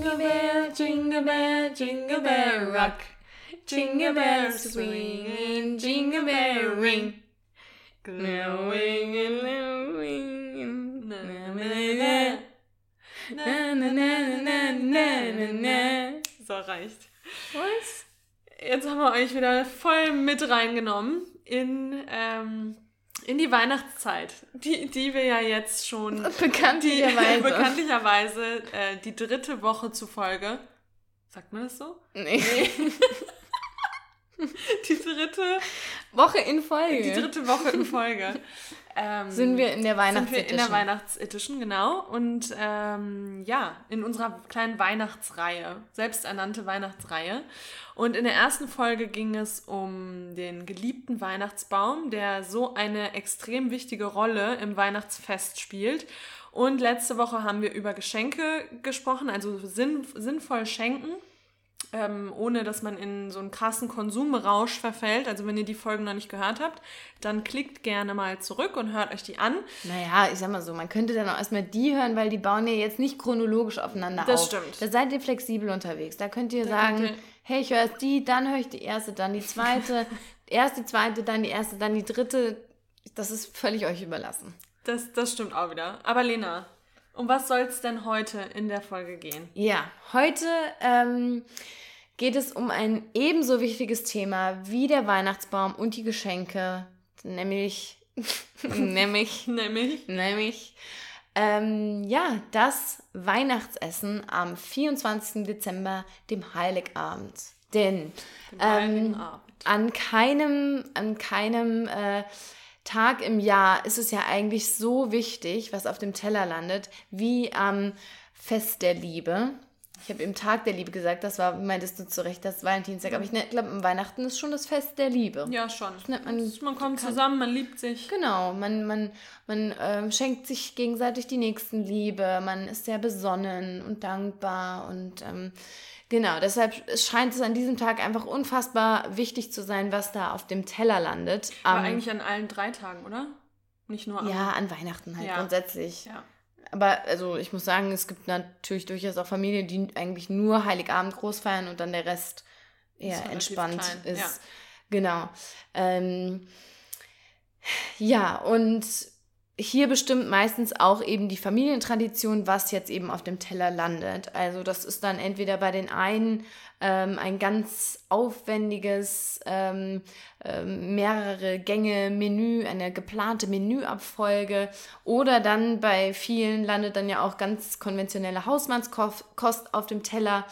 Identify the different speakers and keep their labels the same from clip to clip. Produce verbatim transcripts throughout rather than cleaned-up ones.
Speaker 1: Jingle bell, jingle bell, jingle bell rock. Jingle bells swing, jingle bell ring. Glowing and glowing. Na na na na na na na na. So, reicht.
Speaker 2: Was?
Speaker 1: Jetzt haben wir euch wieder voll mit reingenommen in, ähm, in die Weihnachtszeit, die, die wir ja jetzt schon
Speaker 2: bekanntlicherweise,
Speaker 1: die, bekanntlicherweise äh, die dritte Woche zufolge, sagt man das so?
Speaker 2: Nee.
Speaker 1: nee. Die dritte
Speaker 2: Woche in Folge.
Speaker 1: Die dritte Woche in Folge. Ähm,
Speaker 2: sind wir in der Weihnachtsedition.
Speaker 1: Sind wir in der Weihnachtsedition, genau. Und ähm, ja, in unserer kleinen Weihnachtsreihe, selbsternannte Weihnachtsreihe. Und in der ersten Folge ging es um den geliebten Weihnachtsbaum, der so eine extrem wichtige Rolle im Weihnachtsfest spielt. Und letzte Woche haben wir über Geschenke gesprochen, also sinn, sinnvoll schenken. Ähm, ohne dass man in so einen krassen Konsumrausch verfällt. Also wenn ihr die Folgen noch nicht gehört habt, dann klickt gerne mal zurück und hört euch die an.
Speaker 2: Naja, ich sag mal so, man könnte dann auch erstmal die hören, weil die bauen ja jetzt nicht chronologisch aufeinander
Speaker 1: das
Speaker 2: auf.
Speaker 1: Das stimmt.
Speaker 2: Da seid ihr flexibel unterwegs. Da könnt ihr
Speaker 1: da
Speaker 2: sagen,
Speaker 1: könnt ihr
Speaker 2: hey, ich höre erst die, dann höre ich die erste, dann die zweite, erst die zweite, dann die erste, dann die dritte. Das ist völlig euch überlassen.
Speaker 1: Das, das stimmt auch wieder. Aber Lena, um was soll es denn heute in der Folge gehen?
Speaker 2: Ja, heute ähm, geht es um ein ebenso wichtiges Thema wie der Weihnachtsbaum und die Geschenke, nämlich, nämlich,
Speaker 1: nämlich,
Speaker 2: nämlich, ähm, ja, das Weihnachtsessen am vierundzwanzigsten Dezember, dem Heiligabend. Denn
Speaker 1: Dem
Speaker 2: ähm,
Speaker 1: Heiligen Abend.
Speaker 2: an keinem, an keinem äh, Tag im Jahr ist es ja eigentlich so wichtig, was auf dem Teller landet, wie am Fest der Liebe. Ich habe eben Tag der Liebe gesagt, das war, meintest du zu Recht, das Valentinstag. Aber ich glaube, Weihnachten ist schon das Fest der Liebe.
Speaker 1: Ja, schon.
Speaker 2: Das nennt man,
Speaker 1: man kommt
Speaker 2: kann,
Speaker 1: zusammen, man liebt sich.
Speaker 2: Genau, man, man, man äh, schenkt sich gegenseitig die Nächstenliebe, man ist sehr besonnen und dankbar und ähm, genau, deshalb scheint es an diesem Tag einfach unfassbar wichtig zu sein, was da auf dem Teller landet.
Speaker 1: Aber
Speaker 2: um,
Speaker 1: eigentlich an allen drei Tagen, oder? Nicht nur am...
Speaker 2: Ja, an Weihnachten halt
Speaker 1: ja.
Speaker 2: grundsätzlich.
Speaker 1: Ja.
Speaker 2: Aber also ich muss sagen, es gibt natürlich durchaus auch Familien, die eigentlich nur Heiligabend groß feiern und dann der Rest eher
Speaker 1: ist
Speaker 2: entspannt
Speaker 1: klein.
Speaker 2: ist.
Speaker 1: Ja.
Speaker 2: Genau. Ähm, ja, und hier bestimmt meistens auch eben die Familientradition, was jetzt eben auf dem Teller landet. Also das ist dann entweder bei den einen ähm, ein ganz aufwendiges, ähm, ähm, mehrere Gänge Menü, eine geplante Menüabfolge, oder dann bei vielen landet dann ja auch ganz konventionelle Hausmannskost auf dem Teller.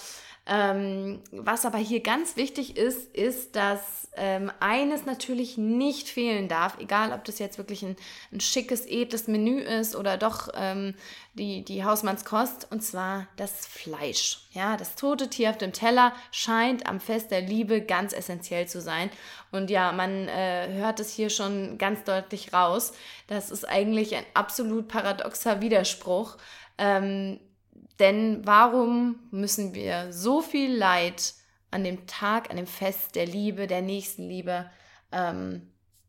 Speaker 2: Ähm, was aber hier ganz wichtig ist, ist, dass ähm, eines natürlich nicht fehlen darf, egal ob das jetzt wirklich ein, ein schickes, edles Menü ist oder doch ähm, die, die Hausmannskost, und zwar das Fleisch. Ja, das tote Tier auf dem Teller scheint am Fest der Liebe ganz essentiell zu sein. Und ja, man äh, hört es hier schon ganz deutlich raus. Das ist eigentlich ein absolut paradoxer Widerspruch. Ähm, Denn warum müssen wir so viel Leid an dem Tag, an dem Fest der Liebe, der Nächstenliebe ähm,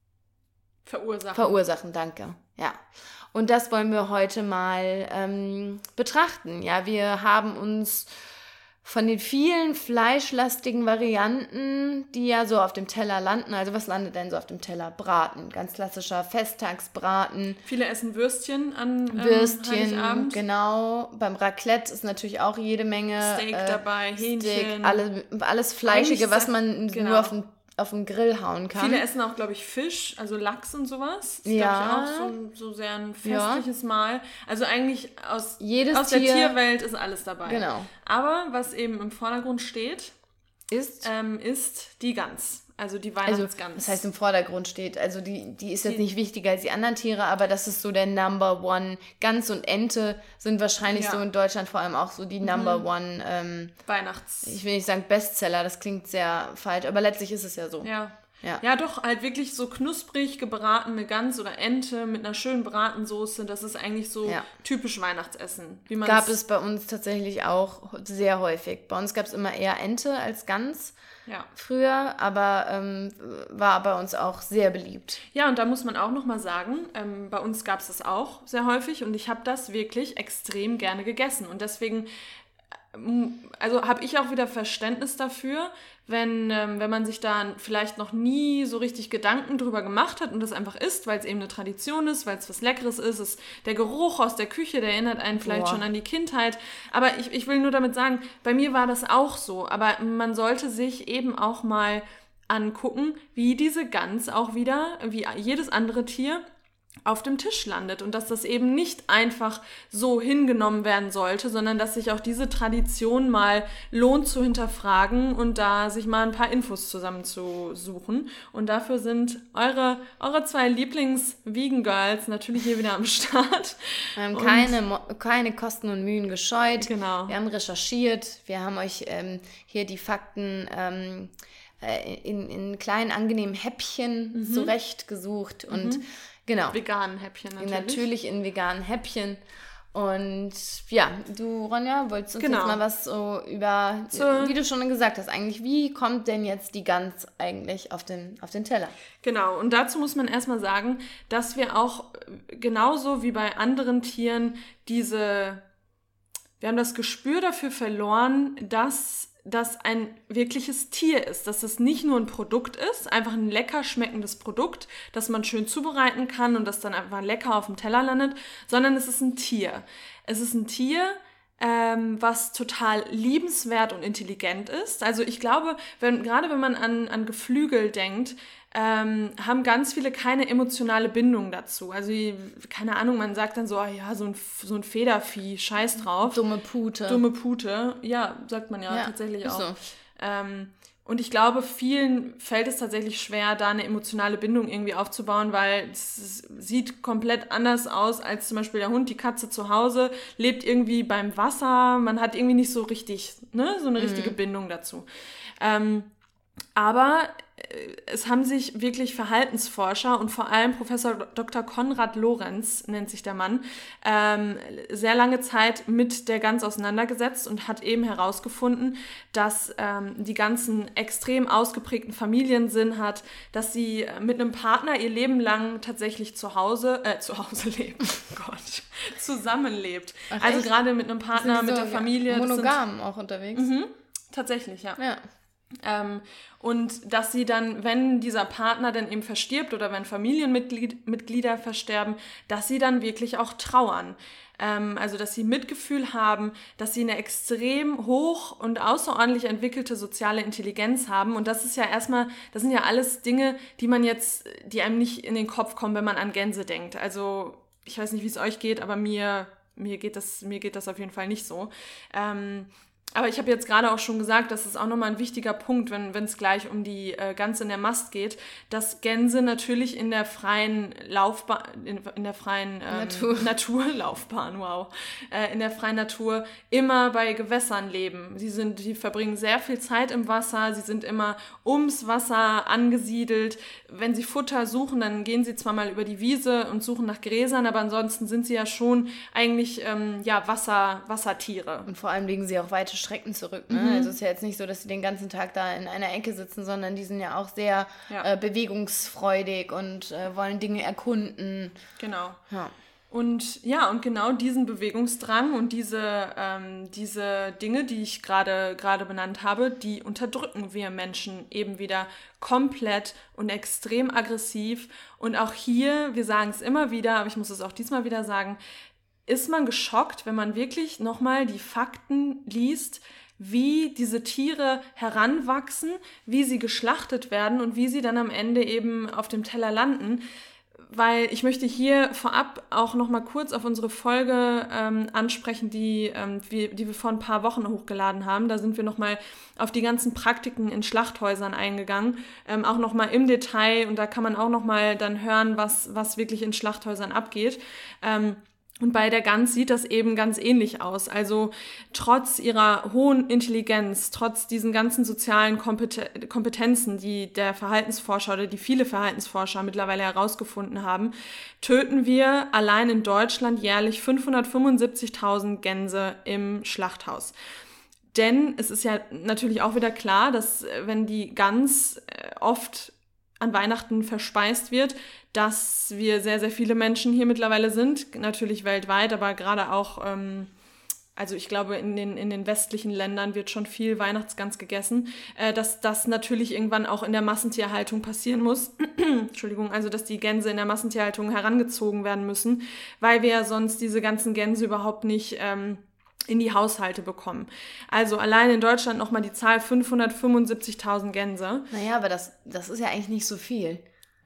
Speaker 1: verursachen?
Speaker 2: Verursachen, danke. Ja. Und das wollen wir heute mal ähm, betrachten. Ja, wir haben uns von den vielen fleischlastigen Varianten, die ja so auf dem Teller landen, also was landet denn so auf dem Teller? Braten, ganz klassischer Festtagsbraten.
Speaker 1: Viele essen Würstchen an ähm,
Speaker 2: Würstchen,
Speaker 1: Heiligabend.
Speaker 2: Genau. Beim Raclette ist natürlich auch jede Menge
Speaker 1: Steak
Speaker 2: äh,
Speaker 1: dabei,
Speaker 2: Steak,
Speaker 1: Hähnchen.
Speaker 2: alle, alles Fleischige,
Speaker 1: Eigentlich
Speaker 2: was
Speaker 1: sagt-
Speaker 2: man
Speaker 1: genau.
Speaker 2: nur auf den, auf den Grill hauen kann.
Speaker 1: Viele essen auch, glaube ich, Fisch, also Lachs und sowas. Das ist,
Speaker 2: Ja.
Speaker 1: glaube ich, auch so, ein- so sehr ein festliches Mahl. Also eigentlich aus,
Speaker 2: Jedes
Speaker 1: aus der
Speaker 2: Tier-
Speaker 1: Tierwelt ist alles dabei.
Speaker 2: Genau.
Speaker 1: Aber was eben im Vordergrund steht,
Speaker 2: Ist
Speaker 1: ähm, ist die Gans. Also die
Speaker 2: Also,
Speaker 1: Weihnachtsgans.
Speaker 2: das heißt im Vordergrund steht. Also die, die ist jetzt
Speaker 1: Die-
Speaker 2: nicht wichtiger als die anderen Tiere, aber das ist so der Number One. Gans und Ente sind wahrscheinlich
Speaker 1: Ja.
Speaker 2: so in Deutschland vor allem auch so die Number One, ähm,
Speaker 1: Weihnachts...
Speaker 2: ich will nicht sagen Bestseller, das klingt sehr falsch, aber letztlich ist es ja so.
Speaker 1: Ja.
Speaker 2: Ja.
Speaker 1: ja, doch, halt wirklich so knusprig gebratene Gans oder Ente mit einer schönen Bratensoße. Das ist eigentlich so
Speaker 2: Ja.
Speaker 1: typisch Weihnachtsessen. Wie man's-
Speaker 2: Gab es bei uns tatsächlich auch sehr häufig. Bei uns gab es immer eher Ente als Gans
Speaker 1: Ja.
Speaker 2: früher, aber ähm, war bei uns auch sehr beliebt.
Speaker 1: Ja, und da muss man auch nochmal sagen, ähm, bei uns gab es das auch sehr häufig und ich habe das wirklich extrem gerne gegessen. Und deswegen also habe ich auch wieder Verständnis dafür, wenn, ähm, wenn man sich da vielleicht noch nie so richtig Gedanken drüber gemacht hat und das einfach isst, weil es eben eine Tradition ist, weil es was Leckeres ist, ist der Geruch aus der Küche, der erinnert einen vielleicht Boah. schon an die Kindheit. Aber ich, ich will nur damit sagen, bei mir war das auch so. Aber man sollte sich eben auch mal angucken, wie diese Gans auch wieder, wie jedes andere Tier, auf dem Tisch landet und dass das eben nicht einfach so hingenommen werden sollte, sondern dass sich auch diese Tradition mal lohnt zu hinterfragen und da sich mal ein paar Infos zusammenzusuchen. Und dafür sind eure, eure zwei Lieblings-Vegan-Girls natürlich hier wieder am Start.
Speaker 2: Wir haben keine, keine Kosten und Mühen gescheut.
Speaker 1: Genau.
Speaker 2: Wir haben recherchiert, wir haben euch ähm, hier die Fakten ähm, in, in kleinen, angenehmen Häppchen mhm. zurechtgesucht und mhm. Genau.
Speaker 1: Veganen Häppchen natürlich.
Speaker 2: Natürlich in veganen Häppchen. Und ja, du, Ronja, wolltest uns genau. jetzt mal was so über, so, wie du schon gesagt hast, eigentlich, wie kommt denn jetzt die Gans eigentlich auf den, auf den Teller?
Speaker 1: Genau, und dazu muss man erstmal sagen, dass wir auch genauso wie bei anderen Tieren diese, wir haben das Gespür dafür verloren, dass das ein wirkliches Tier ist, dass es nicht nur ein Produkt ist, einfach ein lecker schmeckendes Produkt, das man schön zubereiten kann und das dann einfach lecker auf dem Teller landet, sondern es ist ein Tier. Es ist ein Tier, ähm, was total liebenswert und intelligent ist. Also ich glaube, wenn, gerade wenn man an, an Geflügel denkt, ähm, haben ganz viele keine emotionale Bindung dazu. Also, keine Ahnung, man sagt dann so, oh ja, so ein, so ein Federvieh, scheiß drauf.
Speaker 2: Dumme Pute.
Speaker 1: Dumme Pute, ja, sagt man ja, ja tatsächlich auch. So. Ähm, und ich glaube, vielen fällt es tatsächlich schwer, da eine emotionale Bindung irgendwie aufzubauen, weil es sieht komplett anders aus als zum Beispiel der Hund, die Katze zu Hause, lebt irgendwie beim Wasser, man hat irgendwie nicht so richtig, ne, so eine richtige mhm. Bindung dazu. Ähm, aber es haben sich wirklich Verhaltensforscher und vor allem Professor Doktor Konrad Lorenz, nennt sich der Mann, ähm, sehr lange Zeit mit der Gans auseinandergesetzt und hat eben herausgefunden, dass ähm, die Gans einen extrem ausgeprägten Familiensinn hat, dass sie mit einem Partner ihr Leben lang tatsächlich zu Hause, äh, zu Hause lebt, oh Gott, zusammenlebt. Ach, also gerade mit einem Partner, mit so der Familie.
Speaker 2: Monogam auch unterwegs?
Speaker 1: Mhm, tatsächlich, ja.
Speaker 2: Ja.
Speaker 1: Ähm, und dass sie dann, wenn dieser Partner dann eben verstirbt oder wenn Familienmitglieder versterben, dass sie dann wirklich auch trauern. Ähm, also dass sie Mitgefühl haben, dass sie eine extrem hoch und außerordentlich entwickelte soziale Intelligenz haben. Und das ist ja erstmal, das sind ja alles Dinge, die man jetzt, die einem nicht in den Kopf kommen, wenn man an Gänse denkt. Also ich weiß nicht, wie es euch geht, aber mir, mir geht das, mir geht das auf jeden Fall nicht so. Ähm, Aber ich habe jetzt gerade auch schon gesagt, das ist auch nochmal ein wichtiger Punkt, wenn wenn es gleich um die äh, Gans in der Mast geht, dass Gänse natürlich in der freien Laufbahn, in, in der freien ähm,
Speaker 2: Natur.
Speaker 1: Naturlaufbahn, wow, äh, in der freien Natur immer bei Gewässern leben. Sie sind, die verbringen sehr viel Zeit im Wasser, sie sind immer ums Wasser angesiedelt. Wenn sie Futter suchen, dann gehen sie zwar mal über die Wiese und suchen nach Gräsern, aber ansonsten sind sie ja schon eigentlich ähm, ja, Wasser, Wassertiere.
Speaker 2: Und vor allem legen sie auch weite Strecken zurück. Ne? Mhm. Also es ist ja jetzt nicht so, dass sie den ganzen Tag da in einer Ecke sitzen, sondern die sind ja auch sehr ja. äh, bewegungsfreudig und äh, wollen Dinge erkunden.
Speaker 1: Genau.
Speaker 2: Ja.
Speaker 1: Und ja, und genau diesen Bewegungsdrang und diese, ähm, diese Dinge, die ich gerade gerade benannt habe, die unterdrücken wir Menschen eben wieder komplett und extrem aggressiv. Und auch hier, wir sagen es immer wieder, aber ich muss es auch diesmal wieder sagen, ist man geschockt, wenn man wirklich nochmal die Fakten liest, wie diese Tiere heranwachsen, wie sie geschlachtet werden und wie sie dann am Ende eben auf dem Teller landen. Weil ich möchte hier vorab auch nochmal kurz auf unsere Folge ähm, ansprechen, die, ähm, wir, die wir vor ein paar Wochen hochgeladen haben. Da sind wir nochmal auf die ganzen Praktiken in Schlachthäusern eingegangen, ähm, auch nochmal im Detail. Und da kann man auch nochmal dann hören, was, was wirklich in Schlachthäusern abgeht. Ähm, Und bei der Gans sieht das eben ganz ähnlich aus. Also trotz ihrer hohen Intelligenz, trotz diesen ganzen sozialen Kompeten- Kompetenzen, die der Verhaltensforscher oder die viele Verhaltensforscher mittlerweile herausgefunden haben, töten wir allein in Deutschland jährlich fünfhundertfünfundsiebzigtausend Gänse im Schlachthaus. Denn es ist ja natürlich auch wieder klar, dass wenn die Gans oft an Weihnachten verspeist wird, dass wir sehr, sehr viele Menschen hier mittlerweile sind, natürlich weltweit, aber gerade auch ähm, also ich glaube, in den, in den westlichen Ländern wird schon viel Weihnachtsgans gegessen, äh, dass das natürlich irgendwann auch in der Massentierhaltung passieren muss. Entschuldigung, also dass die Gänse in der Massentierhaltung herangezogen werden müssen, weil wir ja sonst diese ganzen Gänse überhaupt nicht ähm, in die Haushalte bekommen. Also allein in Deutschland nochmal die Zahl fünfhundertfünfundsiebzigtausend Gänse.
Speaker 2: Naja, aber das, das ist ja eigentlich nicht so viel.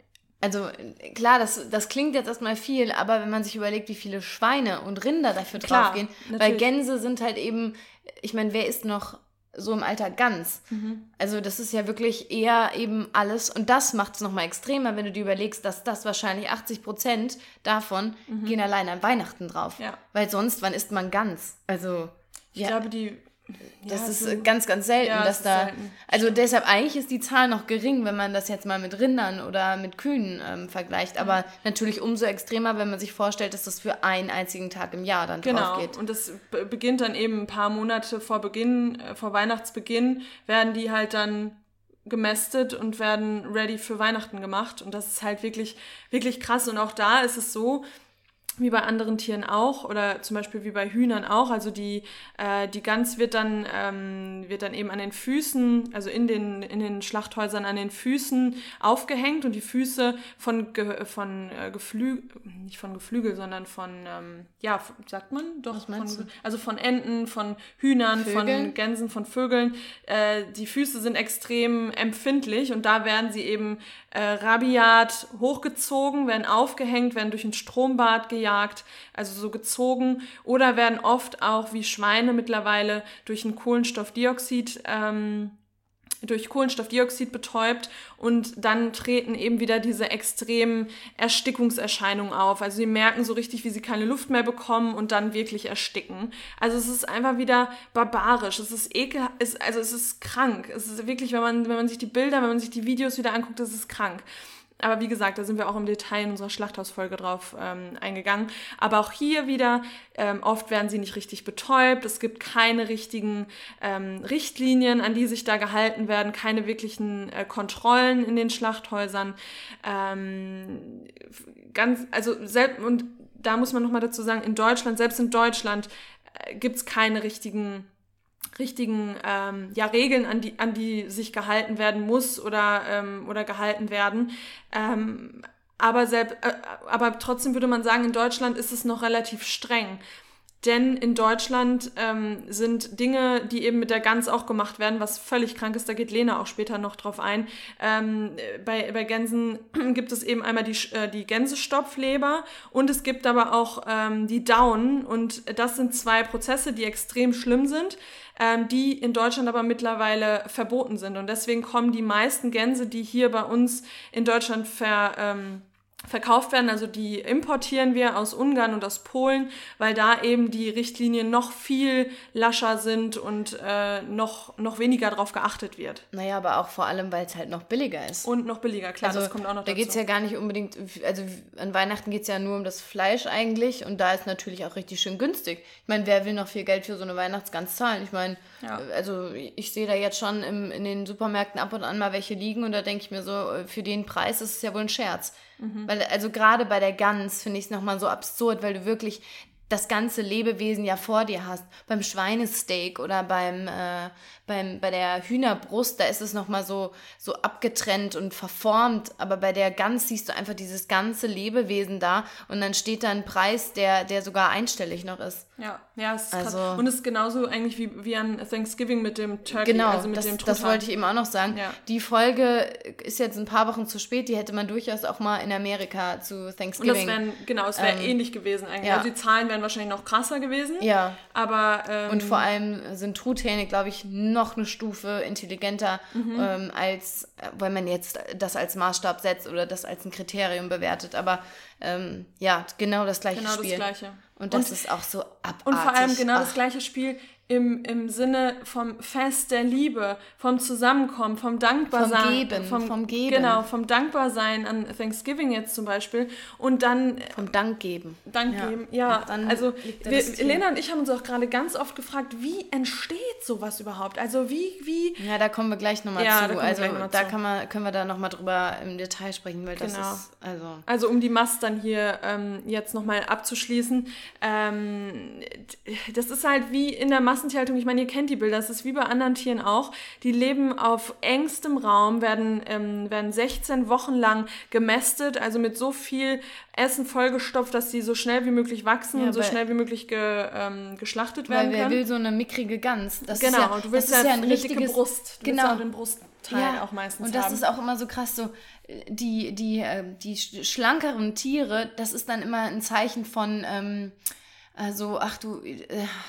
Speaker 2: Also klar, das, das klingt jetzt erstmal viel, aber wenn man sich überlegt, wie viele Schweine und Rinder dafür
Speaker 1: Klar,
Speaker 2: draufgehen,
Speaker 1: natürlich.
Speaker 2: weil Gänse sind halt eben, ich meine, wer isst noch so im Alter Gans? Mhm. Also das ist ja wirklich eher eben alles und das macht es nochmal extremer, wenn du dir überlegst, dass das wahrscheinlich achtzig Prozent davon mhm. gehen allein an Weihnachten drauf. Ja. Weil sonst, wann isst man Gans? Also
Speaker 1: ich ja. glaube, die...
Speaker 2: Das
Speaker 1: ja,
Speaker 2: ist
Speaker 1: so,
Speaker 2: ganz, ganz selten,
Speaker 1: ja,
Speaker 2: dass da,
Speaker 1: selten.
Speaker 2: Also deshalb eigentlich ist die Zahl noch gering, wenn man das jetzt mal mit Rindern oder mit Kühen ähm, vergleicht, aber mhm. natürlich umso extremer, wenn man sich vorstellt, dass das für einen einzigen Tag im Jahr dann
Speaker 1: genau.
Speaker 2: drauf geht.
Speaker 1: Genau, und das be- beginnt dann eben ein paar Monate vor Beginn, äh, vor Weihnachtsbeginn, werden die halt dann gemästet und werden ready für Weihnachten gemacht und das ist halt wirklich, wirklich krass und auch da ist es so, wie bei anderen Tieren auch oder zum Beispiel wie bei Hühnern auch. Also die, äh, die Gans wird dann, ähm, wird dann eben an den Füßen, also in den, in den Schlachthäusern an den Füßen aufgehängt und die Füße von, Ge- von äh, Geflügel, nicht von Geflügel, sondern von, ähm, ja, sagt man doch, von, also von Enten, von Hühnern, Vögeln? Von Gänsen, von Vögeln. Äh, die Füße sind extrem empfindlich und da werden sie eben äh, rabiat hochgezogen, werden aufgehängt, werden durch ein Strombad gejagt, also so gezogen oder werden oft auch wie Schweine mittlerweile durch ein Kohlenstoffdioxid ähm, durch Kohlenstoffdioxid betäubt und dann treten eben wieder diese extremen Erstickungserscheinungen auf. Also sie merken so richtig, wie sie keine Luft mehr bekommen und dann wirklich ersticken. Also es ist einfach wieder barbarisch. Es ist ekel, es, also es ist krank. Es ist wirklich, wenn man, wenn man sich die Bilder, wenn man sich die Videos wieder anguckt, es ist krank. Aber wie gesagt, da sind wir auch im Detail in unserer Schlachthausfolge drauf ähm, eingegangen. Aber auch hier wieder, ähm, oft werden sie nicht richtig betäubt. Es gibt keine richtigen ähm, Richtlinien, an die sich da gehalten werden. Keine wirklichen äh, Kontrollen in den Schlachthäusern. Ähm, ganz, also selbst, und da muss man nochmal dazu sagen, in Deutschland, selbst in Deutschland äh, gibt es keine richtigen richtigen ähm, ja, Regeln, an die, an die sich gehalten werden muss oder, ähm, oder gehalten werden. Ähm, aber, selbst, äh, aber trotzdem würde man sagen, in Deutschland ist es noch relativ streng. Denn in Deutschland ähm, sind Dinge, die eben mit der Gans auch gemacht werden, was völlig krank ist, da geht Lena auch später noch drauf ein. Ähm, bei, bei Gänsen gibt es eben einmal die, äh, die Gänsestopfleber und es gibt aber auch ähm, die Daunen und das sind zwei Prozesse, die extrem schlimm sind, ähm, die in Deutschland aber mittlerweile verboten sind und deswegen kommen die meisten Gänse, die hier bei uns in Deutschland ver... Ähm, verkauft werden, also die importieren wir aus Ungarn und aus Polen, weil da eben die Richtlinien noch viel lascher sind und äh, noch, noch weniger drauf geachtet wird.
Speaker 2: Naja, aber auch vor allem, weil es halt noch billiger ist.
Speaker 1: Und noch billiger, klar,
Speaker 2: also,
Speaker 1: das kommt auch noch
Speaker 2: da dazu. Da geht es ja gar nicht unbedingt, also an Weihnachten geht es ja nur um das Fleisch eigentlich und da ist natürlich auch richtig schön günstig. Ich meine, wer will noch viel Geld für so eine Weihnachtsgans zahlen? Ich meine, ja. also ich sehe da jetzt schon im, in den Supermärkten ab und an mal welche liegen und da denke ich mir so, für den Preis ist es ja wohl ein Scherz. Mhm. Weil, also gerade bei der Gans finde ich es nochmal so absurd, weil du wirklich das ganze Lebewesen ja vor dir hast. Beim Schweinesteak oder beim, äh, beim bei der Hühnerbrust, da ist es nochmal so, so abgetrennt und verformt, aber bei der Gans siehst du einfach dieses ganze Lebewesen da und dann steht da ein Preis, der, der sogar einstellig noch ist.
Speaker 1: Ja, ja, es ist
Speaker 2: also,
Speaker 1: krass. Und es ist genauso eigentlich wie, wie an Thanksgiving mit dem Turkey,
Speaker 2: genau,
Speaker 1: also mit
Speaker 2: das,
Speaker 1: dem Truthahn.
Speaker 2: Das wollte ich eben auch noch sagen. Ja. Die Folge ist jetzt ein paar Wochen zu spät, die hätte man durchaus auch mal in Amerika zu Thanksgiving.
Speaker 1: Und das wäre, genau, es wäre ähm, ähnlich gewesen eigentlich. Ja. Also die Zahlen wären wahrscheinlich noch krasser gewesen.
Speaker 2: Ja.
Speaker 1: Aber, ähm,
Speaker 2: und vor allem sind Truthähne, glaube ich, noch eine Stufe intelligenter, mhm. ähm, als, weil man jetzt das als Maßstab setzt oder das als ein Kriterium bewertet. Aber ähm, ja, genau das gleiche
Speaker 1: genau
Speaker 2: Spiel.
Speaker 1: Genau das gleiche.
Speaker 2: Und das und, ist auch so abartig.
Speaker 1: Und vor allem genau Ach. das gleiche Spiel im, im Sinne vom Fest der Liebe, vom Zusammenkommen, vom Dankbarsein.
Speaker 2: Vom Geben,
Speaker 1: vom,
Speaker 2: vom Geben.
Speaker 1: Genau, vom Dankbarsein an Thanksgiving jetzt zum Beispiel. Und dann...
Speaker 2: Vom Dank geben.
Speaker 1: Dank
Speaker 2: ja.
Speaker 1: geben, ja.
Speaker 2: Dann
Speaker 1: also wir,
Speaker 2: Tier.
Speaker 1: Lena und ich haben uns auch gerade ganz oft gefragt, wie entsteht sowas überhaupt? Also wie... wie
Speaker 2: ja, da kommen wir gleich nochmal
Speaker 1: ja,
Speaker 2: zu. Also
Speaker 1: noch
Speaker 2: da
Speaker 1: zu.
Speaker 2: Kann man, können wir da nochmal drüber im Detail sprechen, weil das
Speaker 1: genau.
Speaker 2: ist... Also,
Speaker 1: also um die Mast dann hier ähm, jetzt nochmal abzuschließen. Ähm, das ist halt wie in der Massentierhaltung, ich meine, ihr kennt die Bilder, das ist wie bei anderen Tieren auch. Die leben auf engstem Raum, werden, ähm, werden sechzehn Wochen lang gemästet, also mit so viel Essen vollgestopft, dass sie so schnell wie möglich wachsen
Speaker 2: ja,
Speaker 1: und so schnell wie möglich ge, ähm, geschlachtet werden
Speaker 2: weil wer
Speaker 1: können.
Speaker 2: will so eine mickrige Gans? Das
Speaker 1: genau,
Speaker 2: ist ja,
Speaker 1: du willst
Speaker 2: das ist
Speaker 1: ja,
Speaker 2: ja ein
Speaker 1: eine
Speaker 2: richtiges,
Speaker 1: dicke Brust. Du
Speaker 2: genau.
Speaker 1: willst ja auch den Brustteil
Speaker 2: ja,
Speaker 1: auch meistens
Speaker 2: und das
Speaker 1: haben.
Speaker 2: ist auch immer so krass, so die, die, äh, die schlankeren Tiere, das ist dann immer ein Zeichen von, ähm, also, ach du, äh,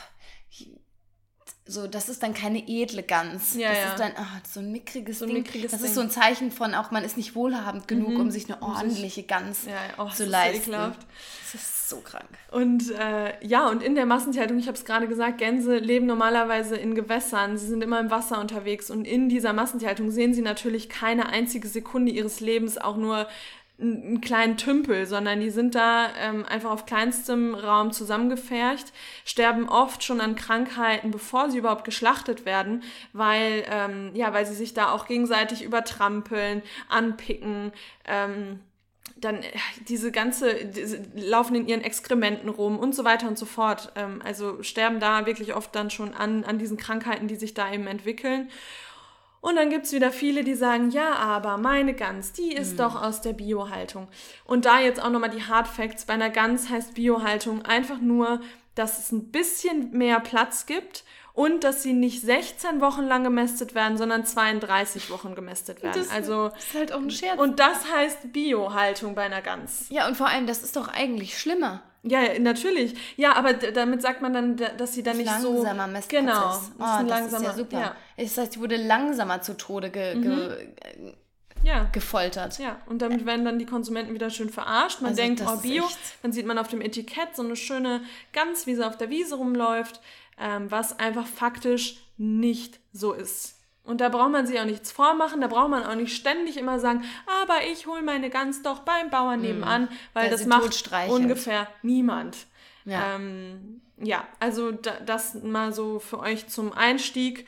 Speaker 2: so, das ist dann keine edle Gans.
Speaker 1: Ja,
Speaker 2: das
Speaker 1: ja.
Speaker 2: ist dann oh, so ein mickriges
Speaker 1: so ein
Speaker 2: Ding.
Speaker 1: mickriges
Speaker 2: das
Speaker 1: Ding.
Speaker 2: ist so ein Zeichen von, auch man ist nicht wohlhabend genug,
Speaker 1: mhm.
Speaker 2: um sich eine ordentliche Gans
Speaker 1: ja, oh,
Speaker 2: zu
Speaker 1: das
Speaker 2: leisten.
Speaker 1: Ist so ekelhaft.
Speaker 2: Das ist so krank.
Speaker 1: Und äh, ja, und in der Massentierhaltung, ich habe es gerade gesagt, Gänse leben normalerweise in Gewässern, sie sind immer im Wasser unterwegs und in dieser Massentierhaltung sehen sie natürlich keine einzige Sekunde ihres Lebens auch nur einen kleinen Tümpel, sondern die sind da ähm, einfach auf kleinstem Raum zusammengepfercht, sterben oft schon an Krankheiten, bevor sie überhaupt geschlachtet werden, weil, ähm, ja, weil sie sich da auch gegenseitig übertrampeln, anpicken, ähm, dann diese ganze, diese, laufen in ihren Exkrementen rum und so weiter und so fort. Ähm, also sterben da wirklich oft dann schon an, an diesen Krankheiten, die sich da eben entwickeln. Und dann gibt es wieder viele, die sagen, ja, aber meine Gans, die ist mhm. doch aus der Biohaltung. Und da jetzt auch nochmal die Hard Facts. Bei einer Gans heißt Biohaltung einfach nur, dass es ein bisschen mehr Platz gibt und dass sie nicht sechzehn Wochen lang gemästet werden, sondern zweiunddreißig Wochen gemästet werden.
Speaker 2: Das
Speaker 1: also,
Speaker 2: ist halt auch ein Scherz.
Speaker 1: Und das heißt Biohaltung bei einer Gans.
Speaker 2: Ja, und vor allem, das ist doch eigentlich schlimmer.
Speaker 1: Ja, natürlich. Ja, aber d- damit sagt man dann, dass sie dann nicht
Speaker 2: langsamer
Speaker 1: so...
Speaker 2: Langsamer Messprozess.
Speaker 1: Genau,
Speaker 2: das,
Speaker 1: ist
Speaker 2: oh,
Speaker 1: ein
Speaker 2: das
Speaker 1: langsamer,
Speaker 2: ist ja super.
Speaker 1: Ja.
Speaker 2: Das heißt, sie wurde langsamer zu Tode ge-
Speaker 1: mhm.
Speaker 2: ge-
Speaker 1: ja.
Speaker 2: gefoltert.
Speaker 1: Ja, und damit werden dann die Konsumenten wieder schön verarscht. Man
Speaker 2: also
Speaker 1: denkt, oh, Bio,
Speaker 2: echt...
Speaker 1: dann sieht man auf dem Etikett so eine schöne Gans, wie sie auf der Wiese rumläuft, ähm, was einfach faktisch nicht so ist. Und da braucht man sich auch nichts vormachen, da braucht man auch nicht ständig immer sagen, aber ich hole meine Gans doch beim Bauern nebenan, weil das macht ungefähr niemand. Ja, ähm, ja also da, das mal so für euch zum Einstieg,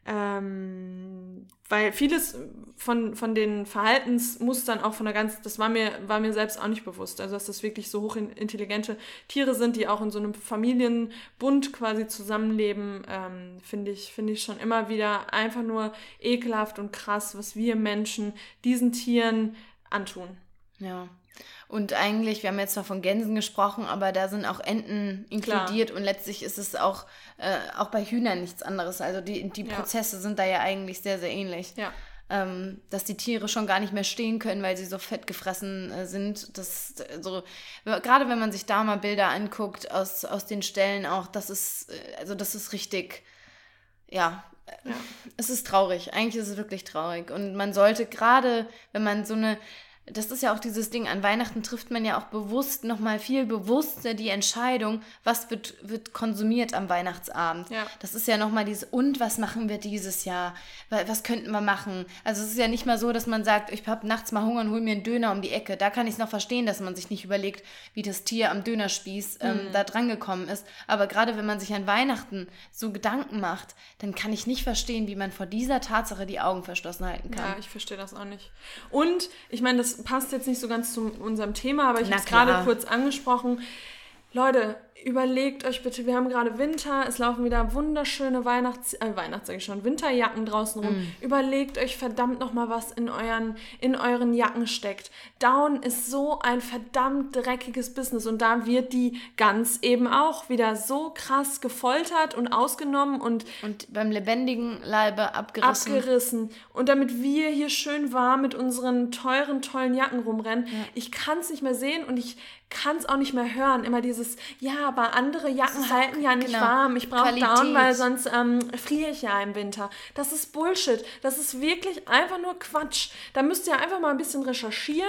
Speaker 1: ähm, weil vieles von, von den Verhaltensmustern auch von der Gans, das war mir, war mir selbst auch nicht bewusst, also dass das wirklich so hochintelligente Tiere sind, die auch in so einem Familienbund quasi zusammenleben, ähm, finde ich, finde ich schon immer wieder einfach nur ekelhaft und krass, was wir Menschen diesen Tieren antun.
Speaker 2: Ja. Und eigentlich, wir haben jetzt zwar von Gänsen gesprochen, aber da sind auch Enten inkludiert. Klar. Und letztlich ist es auch, äh, auch bei Hühnern nichts anderes. Also die, die ja. Prozesse sind da ja eigentlich sehr, sehr ähnlich.
Speaker 1: Ja.
Speaker 2: Ähm, dass die Tiere schon gar nicht mehr stehen können, weil sie so fett gefressen äh, sind. Das, so, gerade wenn man sich da mal Bilder anguckt aus, aus den Ställen auch, das ist, also das ist richtig, ja, ja, es ist traurig. Eigentlich ist es wirklich traurig. Und man sollte gerade, wenn man so eine, das ist ja auch dieses Ding, an Weihnachten trifft man ja auch bewusst, nochmal viel bewusster die Entscheidung, was wird, wird konsumiert am Weihnachtsabend.
Speaker 1: Ja.
Speaker 2: Das ist ja nochmal dieses, und was machen wir dieses Jahr? Was könnten wir machen? Also es ist ja nicht mal so, dass man sagt, ich habe nachts mal Hunger und hol mir einen Döner um die Ecke. Da kann ich es noch verstehen, dass man sich nicht überlegt, wie das Tier am Dönerspieß ähm, mhm. da dran gekommen ist. Aber gerade wenn man sich an Weihnachten so Gedanken macht, dann kann ich nicht verstehen, wie man vor dieser Tatsache die Augen verschlossen halten kann.
Speaker 1: Ja, ich verstehe das auch nicht. Und ich meine, das passt jetzt nicht so ganz zu unserem Thema, aber ich habe es gerade kurz angesprochen. Leute, überlegt euch bitte, wir haben gerade Winter, es laufen wieder wunderschöne Weihnachts-, äh, Weihnachts, sag ich schon, Winterjacken draußen rum. Mm. Überlegt euch verdammt nochmal, was in euren, in euren Jacken steckt. Down ist so ein verdammt dreckiges Business und da wird die Gans eben auch wieder so krass gefoltert und ausgenommen und
Speaker 2: und beim lebendigen Leibe abgerissen.
Speaker 1: Abgerissen. Und damit wir hier schön warm mit unseren teuren, tollen Jacken rumrennen, ja. ich kann es nicht mehr sehen und ich kann es auch nicht mehr hören. Immer dieses, ja, aber andere Jacken halten ja nicht genau. warm. Ich brauche Down, weil sonst ähm, friere ich ja im Winter. Das ist Bullshit. Das ist wirklich einfach nur Quatsch. Da müsst ihr einfach mal ein bisschen recherchieren.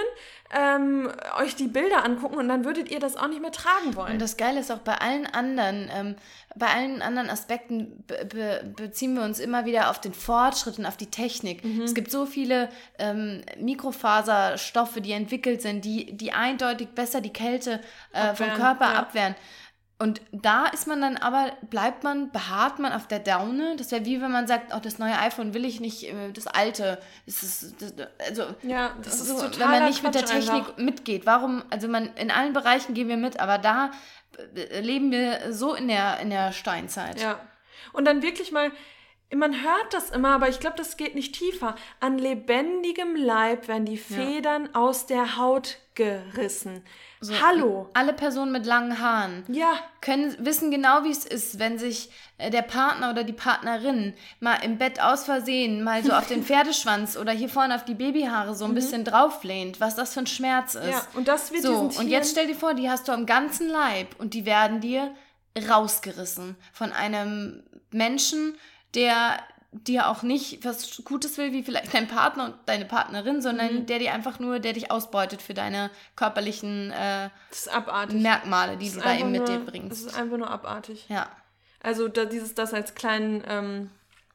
Speaker 1: ähm, euch die Bilder angucken und dann würdet ihr das auch nicht mehr tragen wollen.
Speaker 2: Und das Geile ist auch bei allen anderen, ähm, bei allen anderen Aspekten be- be- beziehen wir uns immer wieder auf den Fortschritt und auf die Technik. Mhm. Es gibt so viele ähm, Mikrofaserstoffe, die entwickelt sind, die, die eindeutig besser die Kälte äh, vom Körper ja. abwehren. Und da ist man dann aber, bleibt man, beharrt man auf der Daune. Das wäre wie wenn man sagt, oh, das neue iPhone will ich nicht, das alte. Das ist, das, also,
Speaker 1: ja, das ist
Speaker 2: so,
Speaker 1: total
Speaker 2: wenn man nicht Quatsch mit der Technik
Speaker 1: einfach.
Speaker 2: mitgeht. Warum, also man, in allen Bereichen gehen wir mit, aber da leben wir so in der, in der Steinzeit.
Speaker 1: Ja, und dann wirklich mal, man hört das immer, aber ich glaube, das geht nicht tiefer. An lebendigem Leib werden die Federn ja. aus der Haut gerissen. So, hallo.
Speaker 2: Alle Personen mit langen Haaren
Speaker 1: ja.
Speaker 2: können wissen genau, wie es ist, wenn sich äh, der Partner oder die Partnerin mal im Bett aus Versehen mal so auf den Pferdeschwanz oder hier vorne auf die Babyhaare so ein mhm. bisschen drauflehnt, was das für ein Schmerz ist.
Speaker 1: Ja, und das wird
Speaker 2: so,
Speaker 1: diesen Tieren...
Speaker 2: Und jetzt stell dir vor, die hast du am ganzen Leib und die werden dir rausgerissen von einem Menschen, der dir auch nicht was Gutes will, wie vielleicht dein Partner und deine Partnerin, sondern mhm. der dir einfach nur, der dich ausbeutet für deine körperlichen äh,
Speaker 1: das ist abartig.
Speaker 2: Merkmale, die du da eben mit
Speaker 1: nur,
Speaker 2: dir bringst.
Speaker 1: Das ist einfach nur abartig.
Speaker 2: Ja.
Speaker 1: Also da, dieses, das als kleinen ähm,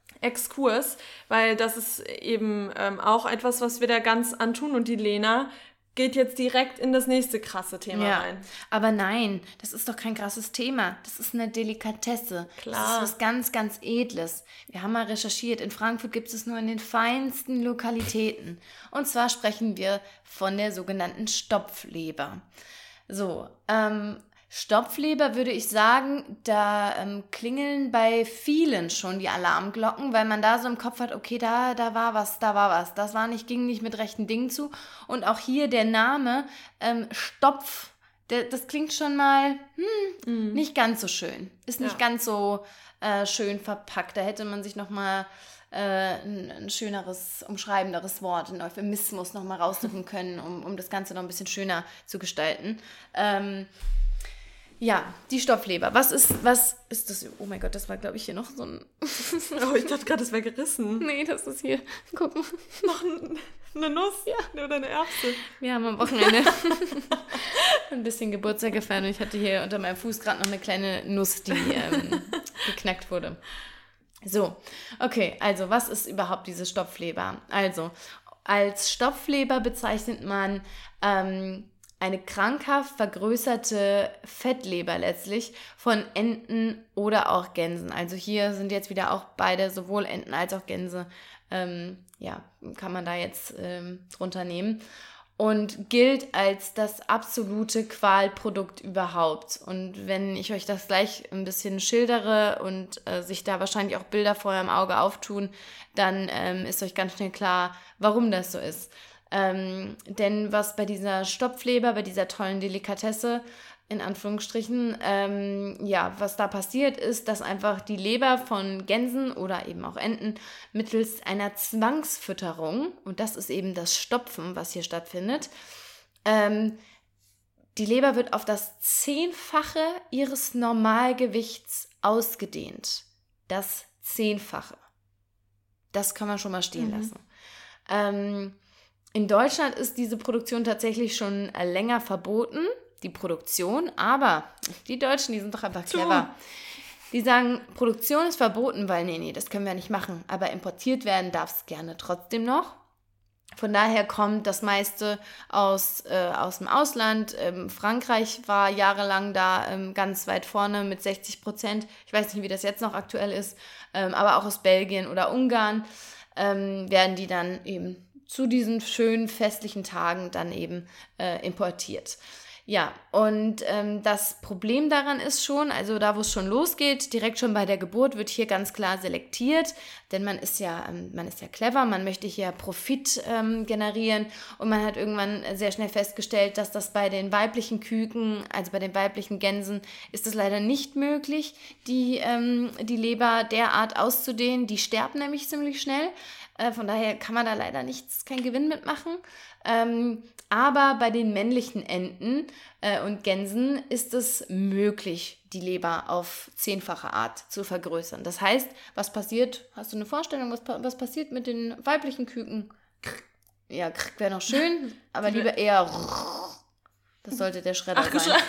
Speaker 1: Exkurs, weil das ist eben ähm, auch etwas, was wir da ganz antun und die Lena geht jetzt direkt in das nächste krasse Thema
Speaker 2: ja.
Speaker 1: rein.
Speaker 2: Aber nein, das ist doch kein krasses Thema. Das ist eine Delikatesse.
Speaker 1: Klar.
Speaker 2: Das ist was ganz, ganz Edles. Wir haben mal recherchiert, in Frankfurt gibt es nur in den feinsten Lokalitäten. Und zwar sprechen wir von der sogenannten Stopfleber. So, ähm, Stopfleber würde ich sagen, da ähm, klingeln bei vielen schon die Alarmglocken, weil man da so im Kopf hat, okay, da, da war was, da war was. Das war nicht, ging nicht mit rechten Dingen zu. Und auch hier der Name ähm, Stopf, der, das klingt schon mal hm, mm. nicht ganz so schön. Ist nicht ja. ganz so äh, schön verpackt. Da hätte man sich nochmal äh, ein, ein schöneres, umschreibenderes Wort, ein Euphemismus nochmal raussuchen können, um, um das Ganze noch ein bisschen schöner zu gestalten. Ähm, Ja, die Stoffleber. Was ist, was ist das? Oh mein Gott, das war, glaube ich, hier noch so ein...
Speaker 1: oh, ich dachte gerade, das wäre gerissen.
Speaker 2: Nee, das ist hier. Guck mal.
Speaker 1: Noch ein, eine Nuss?
Speaker 2: Ja.
Speaker 1: Oder eine Erbse?
Speaker 2: Wir haben am Wochenende ein bisschen Geburtstag gefeiert und ich hatte hier unter meinem Fuß gerade noch eine kleine Nuss, die ähm, geknackt wurde. So, okay, also was ist überhaupt diese Stoffleber? Also, als Stoffleber bezeichnet man... Ähm, eine krankhaft vergrößerte Fettleber letztlich von Enten oder auch Gänsen. Also hier sind jetzt wieder auch beide, sowohl Enten als auch Gänse, ähm, ja, kann man da jetzt ähm, drunter nehmen. Und gilt als das absolute Qualprodukt überhaupt. Und wenn ich euch das gleich ein bisschen schildere und äh, sich da wahrscheinlich auch Bilder vor eurem Auge auftun, dann ähm, ist euch ganz schnell klar, warum das so ist. Ähm, denn was bei dieser Stopfleber, bei dieser tollen Delikatesse, in Anführungsstrichen, ähm, ja, was da passiert ist, dass einfach die Leber von Gänsen oder eben auch Enten mittels einer Zwangsfütterung, und das ist eben das Stopfen, was hier stattfindet, ähm, die Leber wird auf das Zehnfache ihres Normalgewichts ausgedehnt. Das Zehnfache. Das kann man schon mal stehen mhm. lassen. Ähm, In Deutschland ist diese Produktion tatsächlich schon länger verboten, die Produktion, aber die Deutschen, die sind doch einfach clever. Die sagen, Produktion ist verboten, weil nee, nee, das können wir nicht machen, aber importiert werden darf es gerne trotzdem noch. Von daher kommt das meiste aus, äh, aus dem Ausland. Ähm, Frankreich war jahrelang da ähm, ganz weit vorne mit sechzig Prozent. Ich weiß nicht, wie das jetzt noch aktuell ist, ähm, aber auch aus Belgien oder Ungarn ähm, werden die dann eben zu diesen schönen festlichen Tagen dann eben äh, importiert. Ja, und ähm, das Problem daran ist schon, also da, wo es schon losgeht, direkt schon bei der Geburt wird hier ganz klar selektiert, denn man ist ja, ähm, man ist ja clever, man möchte hier Profit ähm, generieren und man hat irgendwann sehr schnell festgestellt, dass das bei den weiblichen Küken, also bei den weiblichen Gänsen, ist es leider nicht möglich, die, ähm, die Leber derart auszudehnen, die sterben nämlich ziemlich schnell. Von daher kann man da leider nichts, keinen Gewinn mitmachen. Ähm, aber bei den männlichen Enten äh, und Gänsen ist es möglich, die Leber auf zehnfache Art zu vergrößern. Das heißt, was passiert? Hast du eine Vorstellung, was, was passiert mit den weiblichen Küken? ja, wäre noch schön, aber lieber eher, das sollte der Schredder
Speaker 1: Ach,
Speaker 2: sein.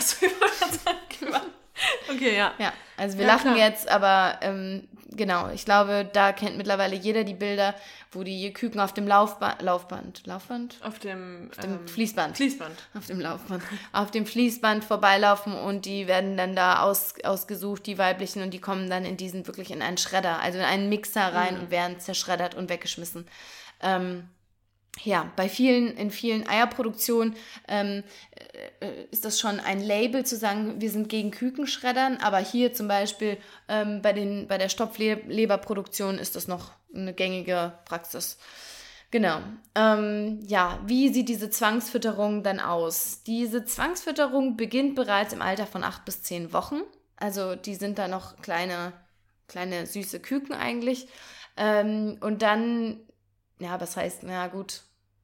Speaker 1: Ach, okay, ja.
Speaker 2: Ja, also wir
Speaker 1: Ja,
Speaker 2: lachen
Speaker 1: klar.
Speaker 2: jetzt, aber ähm, genau, ich glaube, da kennt mittlerweile jeder die Bilder, wo die Küken auf dem Laufband, Laufband, Laufband?
Speaker 1: Auf dem,
Speaker 2: Auf dem
Speaker 1: ähm,
Speaker 2: Fließband.
Speaker 1: Fließband.
Speaker 2: Auf dem Laufband. Auf dem Fließband vorbeilaufen und die werden dann da aus, ausgesucht, die weiblichen, und die kommen dann in diesen wirklich in einen Schredder, also in einen Mixer rein
Speaker 1: Mhm.
Speaker 2: und werden zerschreddert und weggeschmissen. Ähm, ja, bei vielen, in vielen Eierproduktionen ähm, äh, ist das schon ein Label zu sagen, wir sind gegen Kükenschreddern, aber hier zum Beispiel ähm, bei, den, bei der Stopfleberproduktion ist das noch eine gängige Praxis. Genau. Ähm, ja, wie sieht diese Zwangsfütterung dann aus? Diese Zwangsfütterung beginnt bereits im Alter von acht bis zehn Wochen. Also die sind da noch kleine, kleine süße Küken eigentlich. Ähm, und dann, ja, was heißt, na gut,